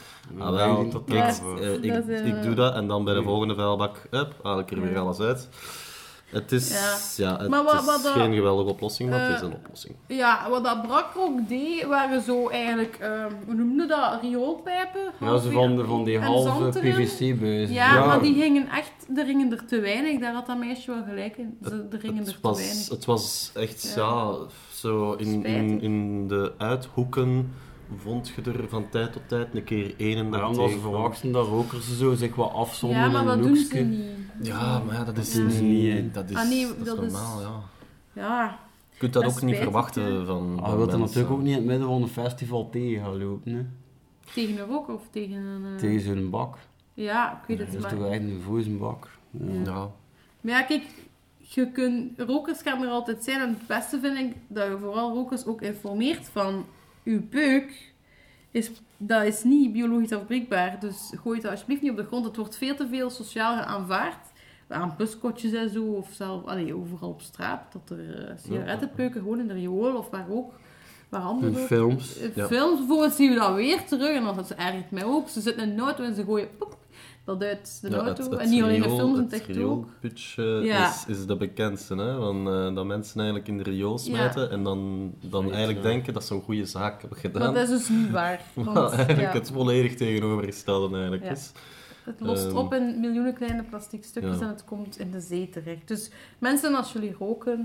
Ik doe dat en dan bij de volgende vuilbak, haal ik er weer alles uit. Het is, geen geweldige oplossing, maar het is een oplossing. Ja, wat dat Brak ook deed, waren zo eigenlijk, hoe noemde dat, rioolpijpen? Ja, zo van die halve PVC-buizen. Ja, maar die hingen echt, er hingen er te weinig. Daar had dat meisje wel gelijk in. Er hingen er te weinig. Het was echt, zo in de uithoeken vond je er van tijd tot tijd een keer één en daar omdat ze verwachten dat rokers zo zich wat afzonderen. Ja, maar dat doen ze niet. Ja, maar dat is niet... Dat is normaal, ja. Je kunt dat ook niet verwachten van je wilt er natuurlijk ook niet in het midden van een festival tegen gaan lopen, hè. Tegen een rook of tegen een... Tegen zo'n bak. Ja, ik weet het maar. Dat is toch eigenlijk een vozenbak. Ja. Maar ja, kijk, rokers gaan er altijd zijn. En het beste vind ik dat je vooral rokers ook informeert van... Uw peuk, dat is niet biologisch afbreekbaar. Dus gooi het alsjeblieft niet op de grond. Het wordt veel te veel sociaal aanvaard. Aan buskotjes en zo. Of zelf overal op straat. Dat er sigarettenpeuken gewoon in de riool of waar ook. Waar anderen ook. Films. Films bijvoorbeeld zien we dat weer terug. En dat ergert mij ook. Ze zitten in een auto en ze gooien dat uit de auto. En niet alleen de films, het echt ook. Is de bekendste, hè? Van, dat mensen eigenlijk in de riool smijten en dan eigenlijk denken dat ze een goede zaak hebben gedaan. Maar dat is dus niet waar. Want, eigenlijk het volledig tegenovergestelde eigenlijk is. Het lost op in miljoenen kleine plastic stukjes en het komt in de zee terecht. Dus mensen, als jullie roken,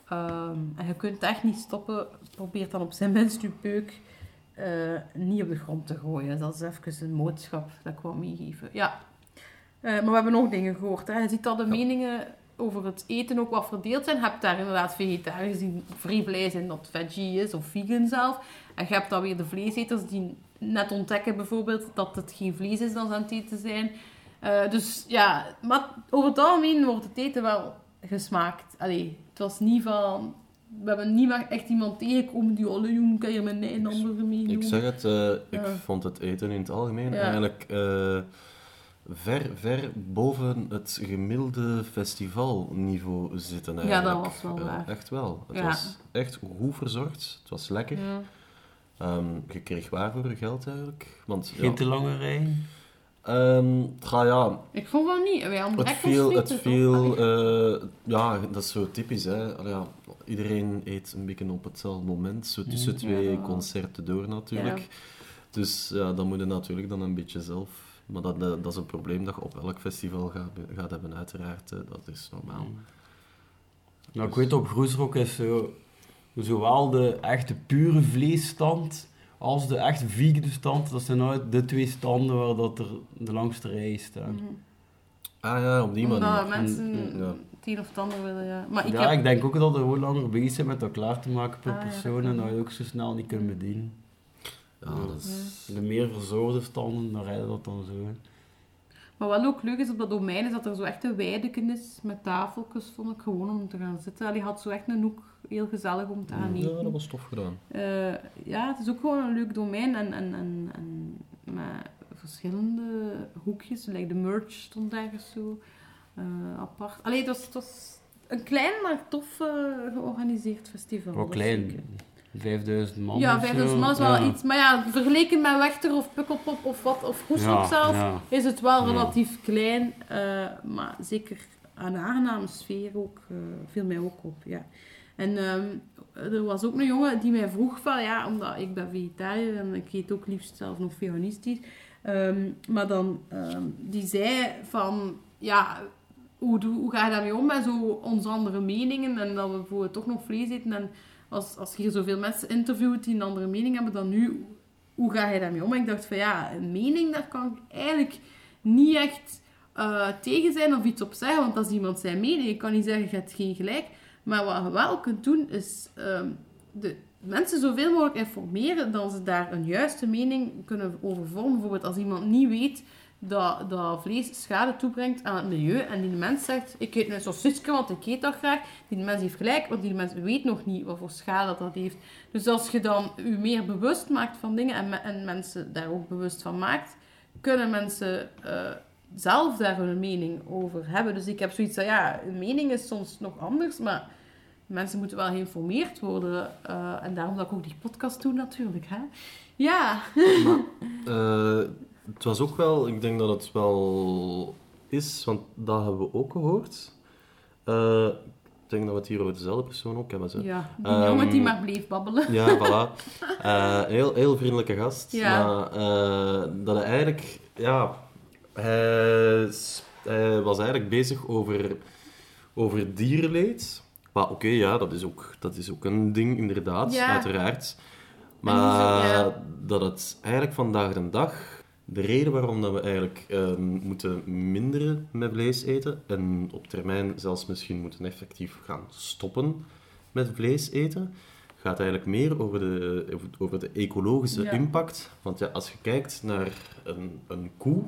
En je kunt het echt niet stoppen. Probeer dan op zijn minst je peuk niet op de grond te gooien. Dat is even een boodschap dat ik wil meegeven. Ja. Maar we hebben nog dingen gehoord. Hè. Je ziet dat de meningen over het eten ook wat verdeeld zijn. Je hebt daar inderdaad vegetariërs die vrij blij zijn dat het veggie is, of vegan zelf. En je hebt dan weer de vleeseters die net ontdekken bijvoorbeeld dat het geen vlees is dat ze aan het eten zijn. Dus ja, maar over het algemeen wordt het eten wel gesmaakt. Allee, het was niet van... We hebben niet echt iemand tegengekomen die... Oh, jong, kan je met een andere mening? Ik zeg het, ik vond het eten in het algemeen eigenlijk ver boven het gemiddelde festivalniveau zitten eigenlijk. Ja, dat was wel waar. Echt wel. Het was echt goed verzorgd. Het was lekker. Ja. Je kreeg waar voor je geld eigenlijk. Want, geen te lange rij? Ja. Ik vond wel niet. Het viel ja, dat is zo typisch. Hè. Ja, iedereen eet een beetje op hetzelfde moment. Zo tussen twee concerten door natuurlijk. Ja. Dus ja, dat moet je natuurlijk dan een beetje zelf... Maar dat is een probleem dat je op elk festival gaat hebben, uiteraard. Dat is normaal. Nou, ik weet op Groesrock is zowel de echte pure vleesstand als de echte vegan stand. Dat zijn nou de twee standen waar dat er de langste rij staan. Mm-hmm. Ah ja, op die manier. Omdat mensen het een of het ander willen, ja. Maar ik denk ook dat er gewoon langer bezig zijn met dat klaar te maken per persoon en dat je ook zo snel niet kunt bedienen. Ja, dat is... De meer verzorgde standen, dan rijden dat dan zo. Hè. Maar wat ook leuk is op dat domein, is dat er zo echt een weideken is met tafeltjes, vond ik, gewoon om te gaan zitten. Die had zo echt een hoek, heel gezellig om te gaan eten. Ja, dat was tof gedaan. Ja, het is ook gewoon een leuk domein en met verschillende hoekjes. De merch stond ergens zo apart. Allee, het was een klein, maar tof georganiseerd festival. Wel klein. 5000 man. Ja, 5000 man is wel iets. Maar ja, vergeleken met Wechter of Pukkelpop of Groesrock zelf, is het wel relatief klein. Maar zeker een aangename sfeer ook. Viel mij ook op, ja. En er was ook een jongen die mij vroeg van, ja, omdat ik ben vegetariër en ik eet ook liefst zelf nog veganistisch. Maar dan, die zei van, ja, hoe ga je daarmee om met zo onze andere meningen en dat we bijvoorbeeld toch nog vlees eten en als je hier zoveel mensen interviewt die een andere mening hebben dan nu, hoe ga je daarmee om? En ik dacht van ja, een mening, daar kan ik eigenlijk niet echt tegen zijn of iets op zeggen, want dat is iemand zijn mening. Ik kan niet zeggen, je hebt geen gelijk. Maar wat je wel kunt doen, is de mensen zoveel mogelijk informeren dat ze daar een juiste mening kunnen over vormen. Bijvoorbeeld als iemand niet weet dat vlees schade toebrengt aan het milieu en die mens zegt, ik eet een sausijsje, want ik eet dat graag. Die mens heeft gelijk, want die mens weet nog niet wat voor schade dat heeft. Dus als je dan je meer bewust maakt van dingen en mensen daar ook bewust van maakt, kunnen mensen zelf daar hun mening over hebben. Dus ik heb zoiets van, ja, een mening is soms nog anders, maar mensen moeten wel geïnformeerd worden. En daarom dat ik ook die podcast doe natuurlijk, hè. Ja. Maar, het was ook wel, ik denk dat het wel is, want dat hebben we ook gehoord. Ik denk dat we het hier over dezelfde persoon ook hebben. Zo. Ja, die jongen die maar bleef babbelen. Ja, voilà. Heel vriendelijke gast. Ja. Maar dat hij eigenlijk, ja, hij was eigenlijk bezig over dierenleed. Maar oké, ja, dat is ook een ding, inderdaad, ja. uiteraard. Maar dat het eigenlijk vandaag de dag... De reden waarom dat we eigenlijk moeten minderen met vlees eten en op termijn zelfs misschien moeten effectief gaan stoppen met vlees eten, gaat eigenlijk meer over de ecologische impact. Want ja, als je kijkt naar een koe...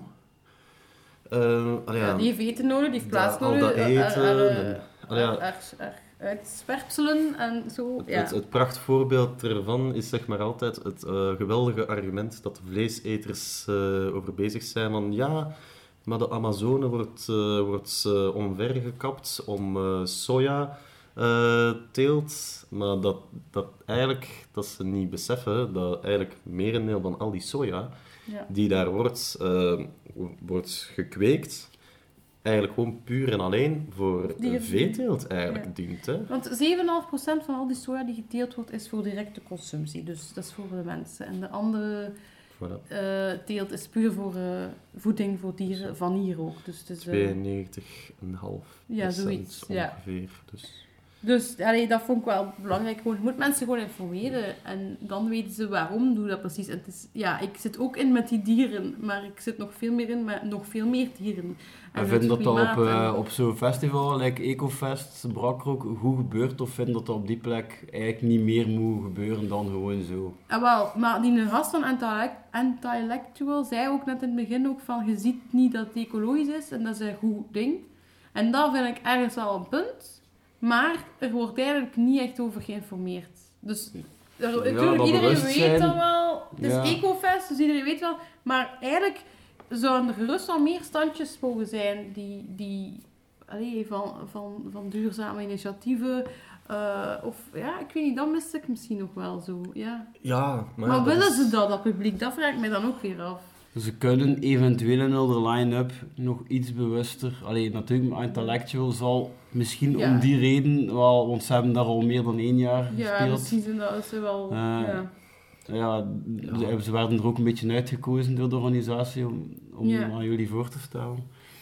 die heeft eten nodig, die heeft plaats nodig. Al dat eten... Uitzwerpselen en zo. Het prachtvoorbeeld ervan is zeg maar altijd het geweldige argument dat de vleeseters over bezig zijn van ja, maar de Amazone wordt omvergekapt om soja teelt, maar dat eigenlijk dat ze niet beseffen dat eigenlijk merendeel van al die soja die daar wordt gekweekt eigenlijk gewoon puur en alleen voor veeteelt eigenlijk dient. Hè? Want 7,5% van al die soja die geteeld wordt, is voor directe consumptie. Dus dat is voor de mensen. En de andere teelt is puur voor voeding voor dieren, van hier ook. Dus het is, 92,5% zoiets, ongeveer. Dus. Dus dat vond ik wel belangrijk. Gewoon, je moet mensen gewoon informeren. En dan weten ze waarom doe dat precies. En het is, ik zit ook in met die dieren. Maar ik zit nog veel meer in met nog veel meer dieren. En vind dat dat op zo'n festival, like Ecofest, Brakrock, goed gebeurt? Of vind dat dat op die plek eigenlijk niet meer moet gebeuren dan gewoon zo? Wel, maar die gast van Anti-Electual zei ook net in het begin ook van, je ziet niet dat het ecologisch is. En dat is een goed ding. En dat vind ik ergens wel een punt. Maar er wordt eigenlijk niet echt over geïnformeerd. Dus natuurlijk, iedereen weet dat wel. Het is Ecofest, dus iedereen weet wel. Maar eigenlijk zouden er gerust wel meer standjes mogen zijn die van duurzame initiatieven. Ik weet niet, dat miste ik misschien nog wel zo. Ja, maar willen ze dat publiek? Dat vraag ik mij dan ook weer af. Ze kunnen eventueel in de line-up nog iets bewuster... natuurlijk, Intellectual zal misschien om die reden wel... Want ze hebben daar al meer dan 1 jaar gespeeld. Ja, misschien zijn dat ze wel... Ze werden er ook een beetje uitgekozen door de organisatie om aan jullie voor te stellen.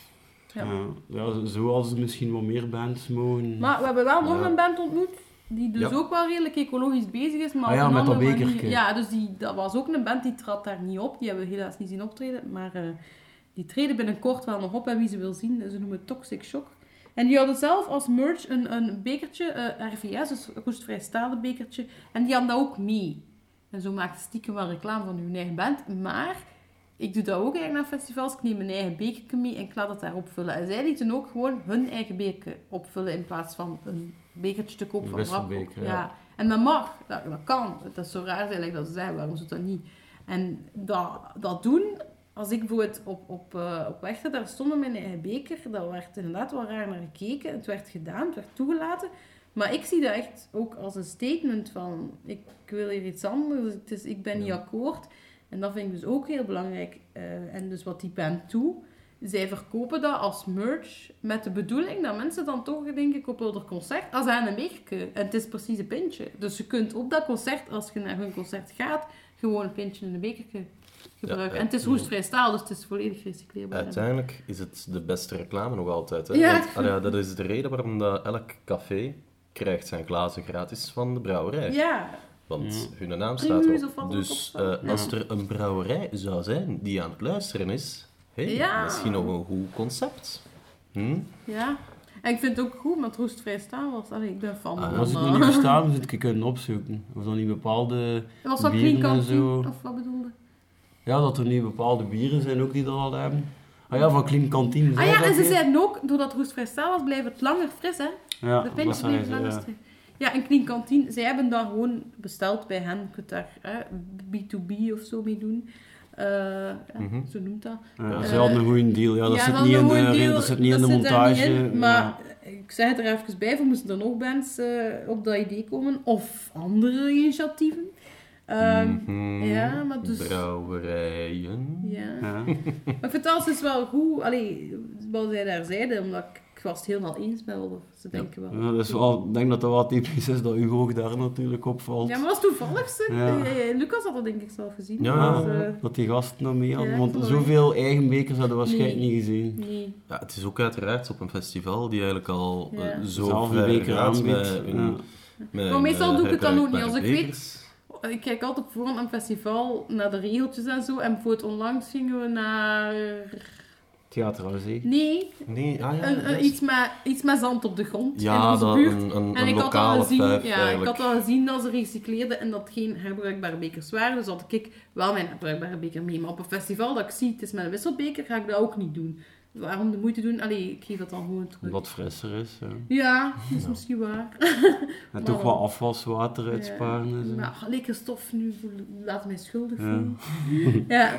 Zo hadden ze misschien wat meer bands mogen... Maar we hebben wel nog een band ontmoet... Die dus ook wel redelijk ecologisch bezig is. Maar met dat bekertje. Ja, dus dat was ook een band die trad daar niet op. Die hebben we helaas niet zien optreden. Maar die treden binnenkort wel nog op. En wie ze wil zien, ze noemen het Toxic Shock. En die hadden zelf als merch een bekertje, RVS, dus een roestvrij stalen bekertje. En die hadden dat ook mee. En zo maakte stiekem wel reclame van hun eigen band. Maar ik doe dat ook eigenlijk naar festivals. Ik neem mijn eigen bekertje mee en ik laat het daar opvullen. En zij lieten ook gewoon hun eigen beker opvullen in plaats van een bekertje te kopen van Brakrock. Ja. En dat mag, dat kan. Dat is zo raar eigenlijk dat ze zeggen, waarom zou dat niet? En dat doen, als ik bijvoorbeeld op Wegte daar stond met mijn eigen beker, daar werd inderdaad wel raar naar gekeken. Het werd gedaan, het werd toegelaten. Maar ik zie dat echt ook als een statement van, ik wil hier iets anders, ik ben niet akkoord. En dat vind ik dus ook heel belangrijk. En dus wat die band doet, zij verkopen dat als merch met de bedoeling dat mensen dan toch, denk ik, op hun concert, als aan een bekertje. En het is precies een pintje. Dus je kunt op dat concert, als je naar hun concert gaat, gewoon een pintje in een bekertje gebruiken. En het is roestvrij staal, dus het is volledig recycleerbaar. Uiteindelijk is het de beste reclame nog altijd. Hè? Ja. Want, dat is de reden waarom dat elk café krijgt zijn glazen gratis van de brouwerij. Ja. Want hun naam staat erop. Dus als er een brouwerij zou zijn die aan het luisteren is, misschien nog een goed concept. Ja. En ik vind het ook goed met roestvrij staal was. Ik ben fan van... Als het nog niet bestaat, dan zit ik kunnen opzoeken. Of dan niet bepaalde was dat bieren Clean en zo. Of wat bedoelde? Ja, dat er niet bepaalde bieren zijn ook die dat al hebben. Van Clean Cantine. En ze zeiden ook, doordat het roestvrij staal was, blijft het langer fris, hè? Ja, de pintjes blijven langer fris. Ja, en Clean Cantine, zij hebben dat gewoon besteld bij hen. Je kunt daar B2B of zo mee doen. Zo noemt dat. Ze hadden een goede deal. Ja, dat zit niet in de montage. Maar ik zeg het er even bij, voor moesten er nog bands op dat idee komen. Of andere initiatieven. Maar dus... Brouwerijen. Ja. Maar ik vind het dus wel goed, wat zij daar zeiden, omdat ik was het helemaal eens met wat ze denken wel. Ja, dus ik denk dat dat wel typisch is dat Hugo daar natuurlijk opvalt. Ja, maar dat was toevallig. Lucas had dat denk ik zelf gezien. Ja, dat die gasten nog mee hadden. Want zoveel eigen bekers hadden we waarschijnlijk niet gezien. Nee. Ja, het is ook uiteraard op een festival die eigenlijk al zo ver beker aanbiedt. Maar meestal doe ik het dan ook niet. Als ik weet... Ik kijk altijd op voorhand aan een festival naar de regeltjes en zo. En bijvoorbeeld onlangs gingen we naar... Theater aan Zee? Nee. Iets met zand op de grond in onze buurt. Een lokale vijf ik had al gezien dat ze recycleerden en dat geen herbruikbare bekers waren. Dus had ik wel mijn herbruikbare beker mee. Maar op een festival dat ik zie, het is met een wisselbeker, ga ik dat ook niet doen. Waarom de moeite doen? Ik geef dat dan gewoon terug. Wat frisser is. Ja, dat is misschien waar. En toch wat afwaswater uitsparen. En zo. Maar lekker stof nu, laat mij schuldig voelen. Ja.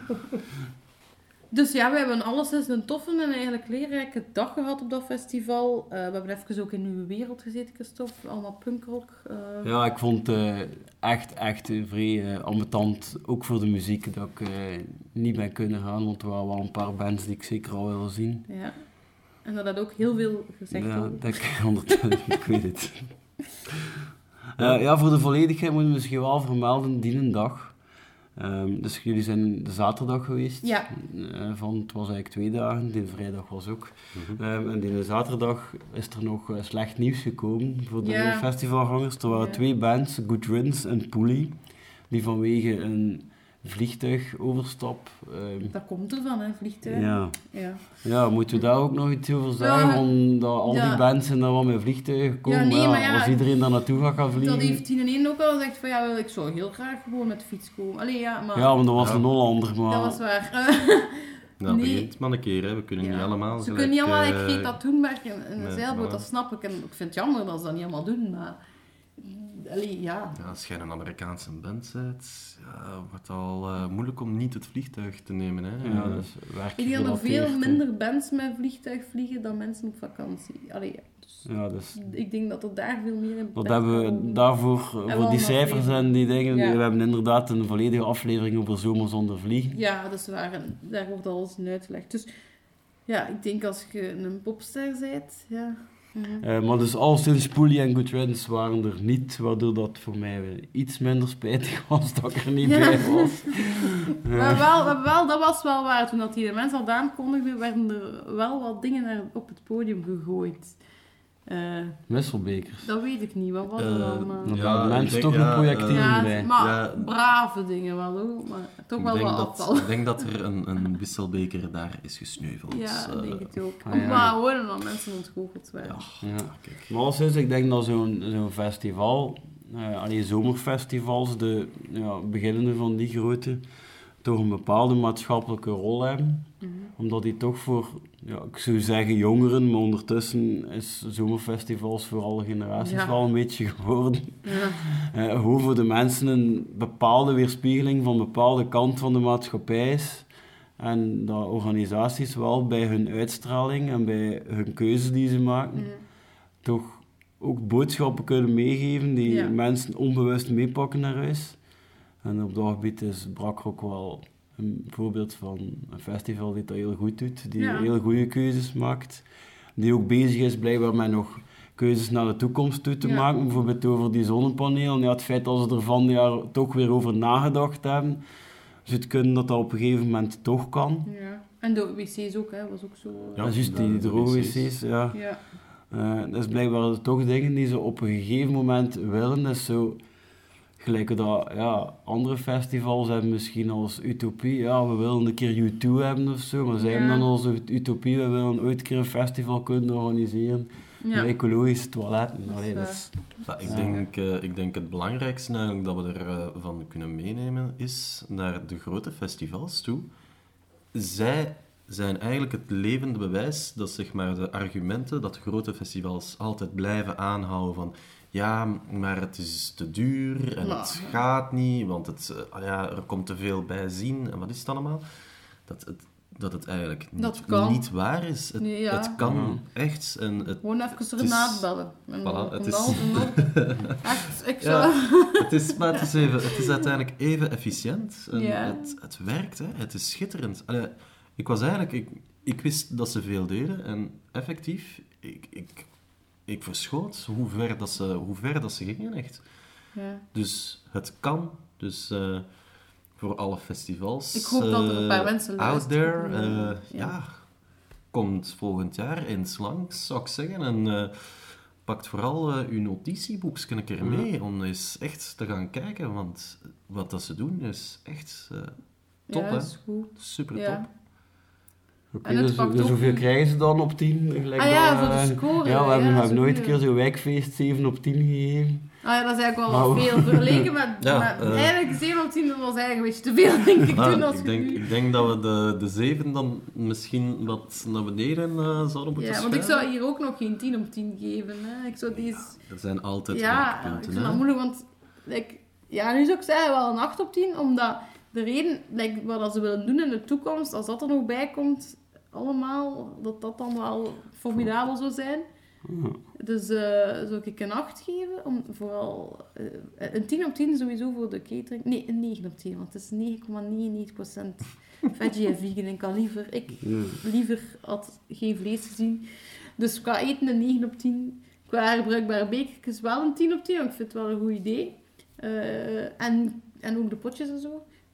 Dus ja, we hebben alleszins een toffe en eigenlijk leerrijke dag gehad op dat festival. We hebben even ook in Nieuwe Wereld gezeten, Christophe. Allemaal punkrock. Ja, ik vond het echt vrij ambetant. Ook voor de muziek, dat ik niet ben kunnen gaan. Want er waren wel een paar bands die ik zeker al wil zien. Ja. En dat had ook heel veel gezegd. Ja, ik weet het. Voor de volledigheid moeten we misschien wel vermelden, die een dag. Dus jullie zijn de zaterdag geweest. Ja. Het was eigenlijk 2 dagen, de vrijdag was ook. En de zaterdag is er nog slecht nieuws gekomen voor de festivalgangers. Er waren 2 bands, Good Riddance en Pooley, die vanwege een vliegtuigoverstap... dat komt ervan, hè, vliegtuig. Ja, moeten we daar ook nog iets over zeggen? Omdat al die bands zijn daar wel met vliegtuigen gekomen. Als iedereen daar naartoe gaan vliegen... Dat heeft 10-1 ook al gezegd van ik zou heel graag gewoon met de fiets komen. Allee, maar dat was een Hollander, maar... Dat was waar. Begint maar een keer, hè. We kunnen niet allemaal... Ze kunnen niet allemaal Greta Thunberg en een zeilboot, dat snap ik. En ik vind het jammer dat ze dat niet allemaal doen, maar... als jij een Amerikaanse band bent, wordt het al moeilijk om niet het vliegtuig te nemen. Hè? Ik denk dat er veel minder bands met vliegtuig vliegen dan mensen op vakantie. Ik denk dat er daar veel meer in... Dat hebben we daarvoor, voor die cijfers en die dingen, we hebben inderdaad een volledige aflevering over zomer zonder vliegen. Ja, dat is waar. En daar wordt alles in uitgelegd. Dus ik denk als je een popster bent, maar dus alleszins Pooley en Good Riddance waren er niet, waardoor dat voor mij iets minder spijtig was dat ik er niet bij was. Dat was wel waar. Toen die mensen al aankondigden, werden er wel wat dingen op het podium gegooid. Wisselbekers. Dat weet ik niet. Wat was er allemaal? Mensen toch een projectiel bij. Maar brave dingen wel hoor. Maar toch wel wat afval. Ik denk dat er een wisselbeker daar is gesneuveld. Ja, ik denk het ook. Maar gewoon dat mensen ontgoocheld werden. Kijk. Maar alleszins, ik denk dat zo'n festival, zomerfestivals, de beginnende van die grootte, toch een bepaalde maatschappelijke rol hebben. Omdat die toch voor, ik zou zeggen jongeren, maar ondertussen is zomerfestivals voor alle generaties wel een beetje geworden. Hoe voor de mensen een bepaalde weerspiegeling van een bepaalde kant van de maatschappij is. En dat organisaties wel bij hun uitstraling en bij hun keuzes die ze maken, toch ook boodschappen kunnen meegeven die mensen onbewust meepakken naar huis. En op dat gebied is Brakrock wel een voorbeeld van een festival die dat heel goed doet, die heel goede keuzes maakt, die ook bezig is blijkbaar met nog keuzes naar de toekomst toe te maken, bijvoorbeeld over die zonnepanelen. Het feit dat ze er van het jaar toch weer over nagedacht hebben, dus het kunnen dat op een gegeven moment toch kan. Ja. En de wc's ook, hè, was ook zo... Juist die droge wc's, dat is blijkbaar toch dingen die ze op een gegeven moment willen. Dat is zo... Gelijk dat andere festivals hebben misschien als utopie, we willen een keer U2 hebben of zo, maar zij hebben dan als utopie, we willen ooit een keer een festival kunnen organiseren met ecologische toiletten. Ik denk het belangrijkste eigenlijk dat we ervan kunnen meenemen is naar de grote festivals toe. Zij zijn eigenlijk het levende bewijs dat zeg maar, de argumenten dat grote festivals altijd blijven aanhouden van maar het is te duur en het gaat niet, want er komt te veel bij zien en wat is het allemaal? Dat het eigenlijk niet waar is. Het kan echt. En gewoon even Renaat bellen. Het is uiteindelijk even efficiënt. En het werkt, hè. Het is schitterend. Ik wist dat ze veel deden en effectief, ik verschoot hoe ver dat ze gingen, echt. Ja. Dus het kan. Dus voor alle festivals ik hoop dat er een paar mensen luisteren. Out there, komt volgend jaar eens langs, zou ik zeggen. En pakt vooral uw notitieboekje een keer mee om eens echt te gaan kijken. Want wat dat ze doen is echt top, hè? Is goed. Super top. Dus hoeveel krijgen ze dan op 10? Voor de score. We hebben nooit een keer zo'n wijkfeest 7 op 10 gegeven. Dat is eigenlijk wel veel vergeleken met eigenlijk 7 op 10 was eigenlijk een beetje te veel, denk ik. Ik denk dat we de 7 dan misschien wat naar beneden zouden moeten schuiven. Want ik zou hier ook nog geen 10 op 10 geven. Hè. Ik zou er zijn altijd punten. Ik vind dat moeilijk, want nu zou ik zeggen wel een 8 op 10, omdat de reden wat ze willen doen in de toekomst, als dat er nog bij komt, allemaal, dat dan wel formidabel zou zijn. Dus zou ik een 8 geven, vooral een 10 op 10 sowieso voor de catering. Nee, een 9 op 10, want het is 9,99% veggie en vegan. En kan liever had geen vlees gezien. Dus qua eten een 9 op 10. Qua herbruikbare bekertjes wel een 10 op 10, want ik vind het wel een goed idee. En ook de potjes en zo.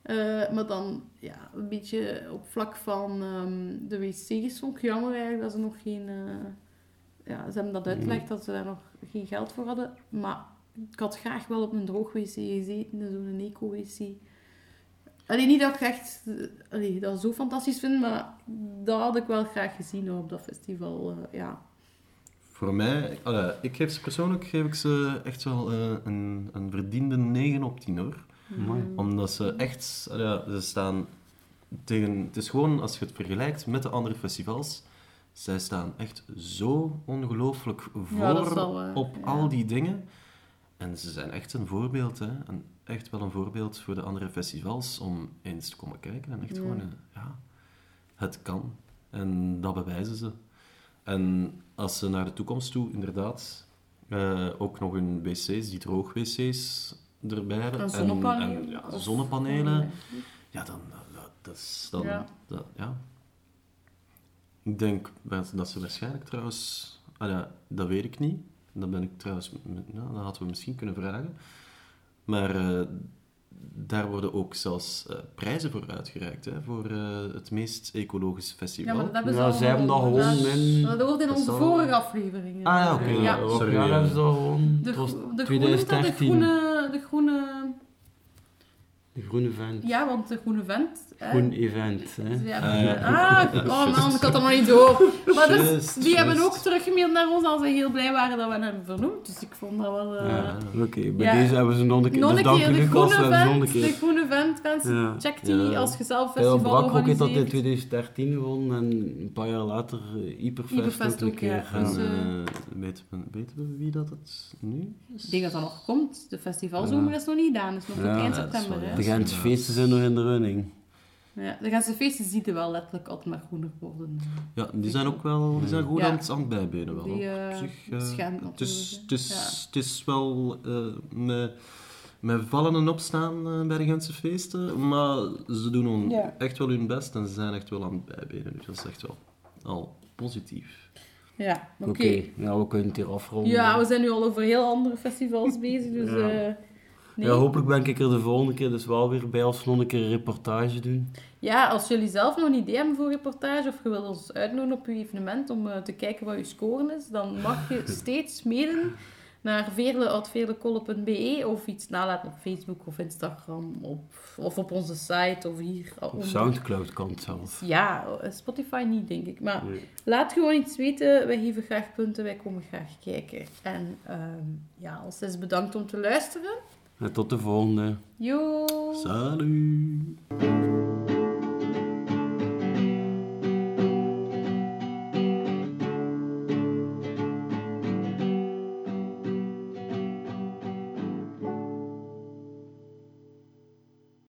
Maar dan een beetje op vlak van de wc's vond ik jammer eigenlijk dat ze nog geen... ze hebben dat uitgelegd dat ze daar nog geen geld voor hadden. Maar ik had graag wel op een droog wc gezeten, zo'n eco-wc. Niet dat ik echt dat zo fantastisch vind, maar dat had ik wel graag gezien op dat festival. Voor mij, persoonlijk geef ik ze echt wel een verdiende 9 op 10 hoor. Mooi. Omdat ze echt, ze staan tegen, het is gewoon als je het vergelijkt met de andere festivals, zij staan echt zo ongelooflijk voor op al die dingen. En ze zijn echt een voorbeeld, hè. Echt wel een voorbeeld voor de andere festivals om eens te komen kijken en echt gewoon, het kan. En dat bewijzen ze. En als ze naar de toekomst toe inderdaad ook nog hun wc's, die droog-wc's erbij hebben. En zonnepanelen. Dat is dan... Ja. Ik denk dat ze waarschijnlijk trouwens... dat weet ik niet. Dat ben ik trouwens... dat hadden we misschien kunnen vragen. Maar daar worden ook zelfs prijzen voor uitgereikt, hè, voor het meest ecologische festival. Ja, maar dat zij hebben dat gewoon dat hoort in onze vorige afleveringen. Oké. Sorry. Ja, hebben ze dat gewoon... De 2013. De groene vent. Ja, want de groene vent... Groen event, hè. Oh man, ik had dat nog niet door. Maar dus, die hebben ook teruggemaild naar ons als ze heel blij waren dat we hem vernoemd. Dus ik vond dat wel... Oké, bij deze hebben ze nog een keer... Nog dus een keer, de groene vent, mensen. Check die als je zelf festival Brak ook heeft dat in organiseert. 2013 gewonnen en een paar jaar later Hyperfest ook een keer. Weten we wie dat het nu is? Ik denk dat dat nog komt. De festivalzomer is nog niet gedaan, dus nog tot eind september. De Gentse feesten zijn nog in de running. Ja, de Gentse feesten ziet er wel letterlijk altijd maar groener worden. Ja, die zijn ook wel goed aan het bijbenen wel. Die op zich, schijnt het is wel met vallen en opstaan bij de Gentse feesten, maar ze doen echt wel hun best en ze zijn echt wel aan het bijbenen. Dus dat is echt wel al positief. Ja, oké. Ja, we kunnen het hier afronden. Ja, we zijn nu al over heel andere festivals bezig, dus... Nee. Ja, hopelijk ben ik er de volgende keer dus wel weer bij als we nog een keer een reportage doen. Ja, als jullie zelf nog een idee hebben voor een reportage of je wilt ons uitnodigen op je evenement om te kijken wat je score is, dan mag je steeds mailen naar veerle@veerlekolle.be of iets nalaten op Facebook of Instagram of op onze site of hier. Op Soundcloud kan het zelfs. Ja, Spotify niet, denk ik. Maar laat gewoon iets weten. Wij geven graag punten, wij komen graag kijken. En alsjeblieft bedankt om te luisteren. En tot de volgende. Yo! Salut!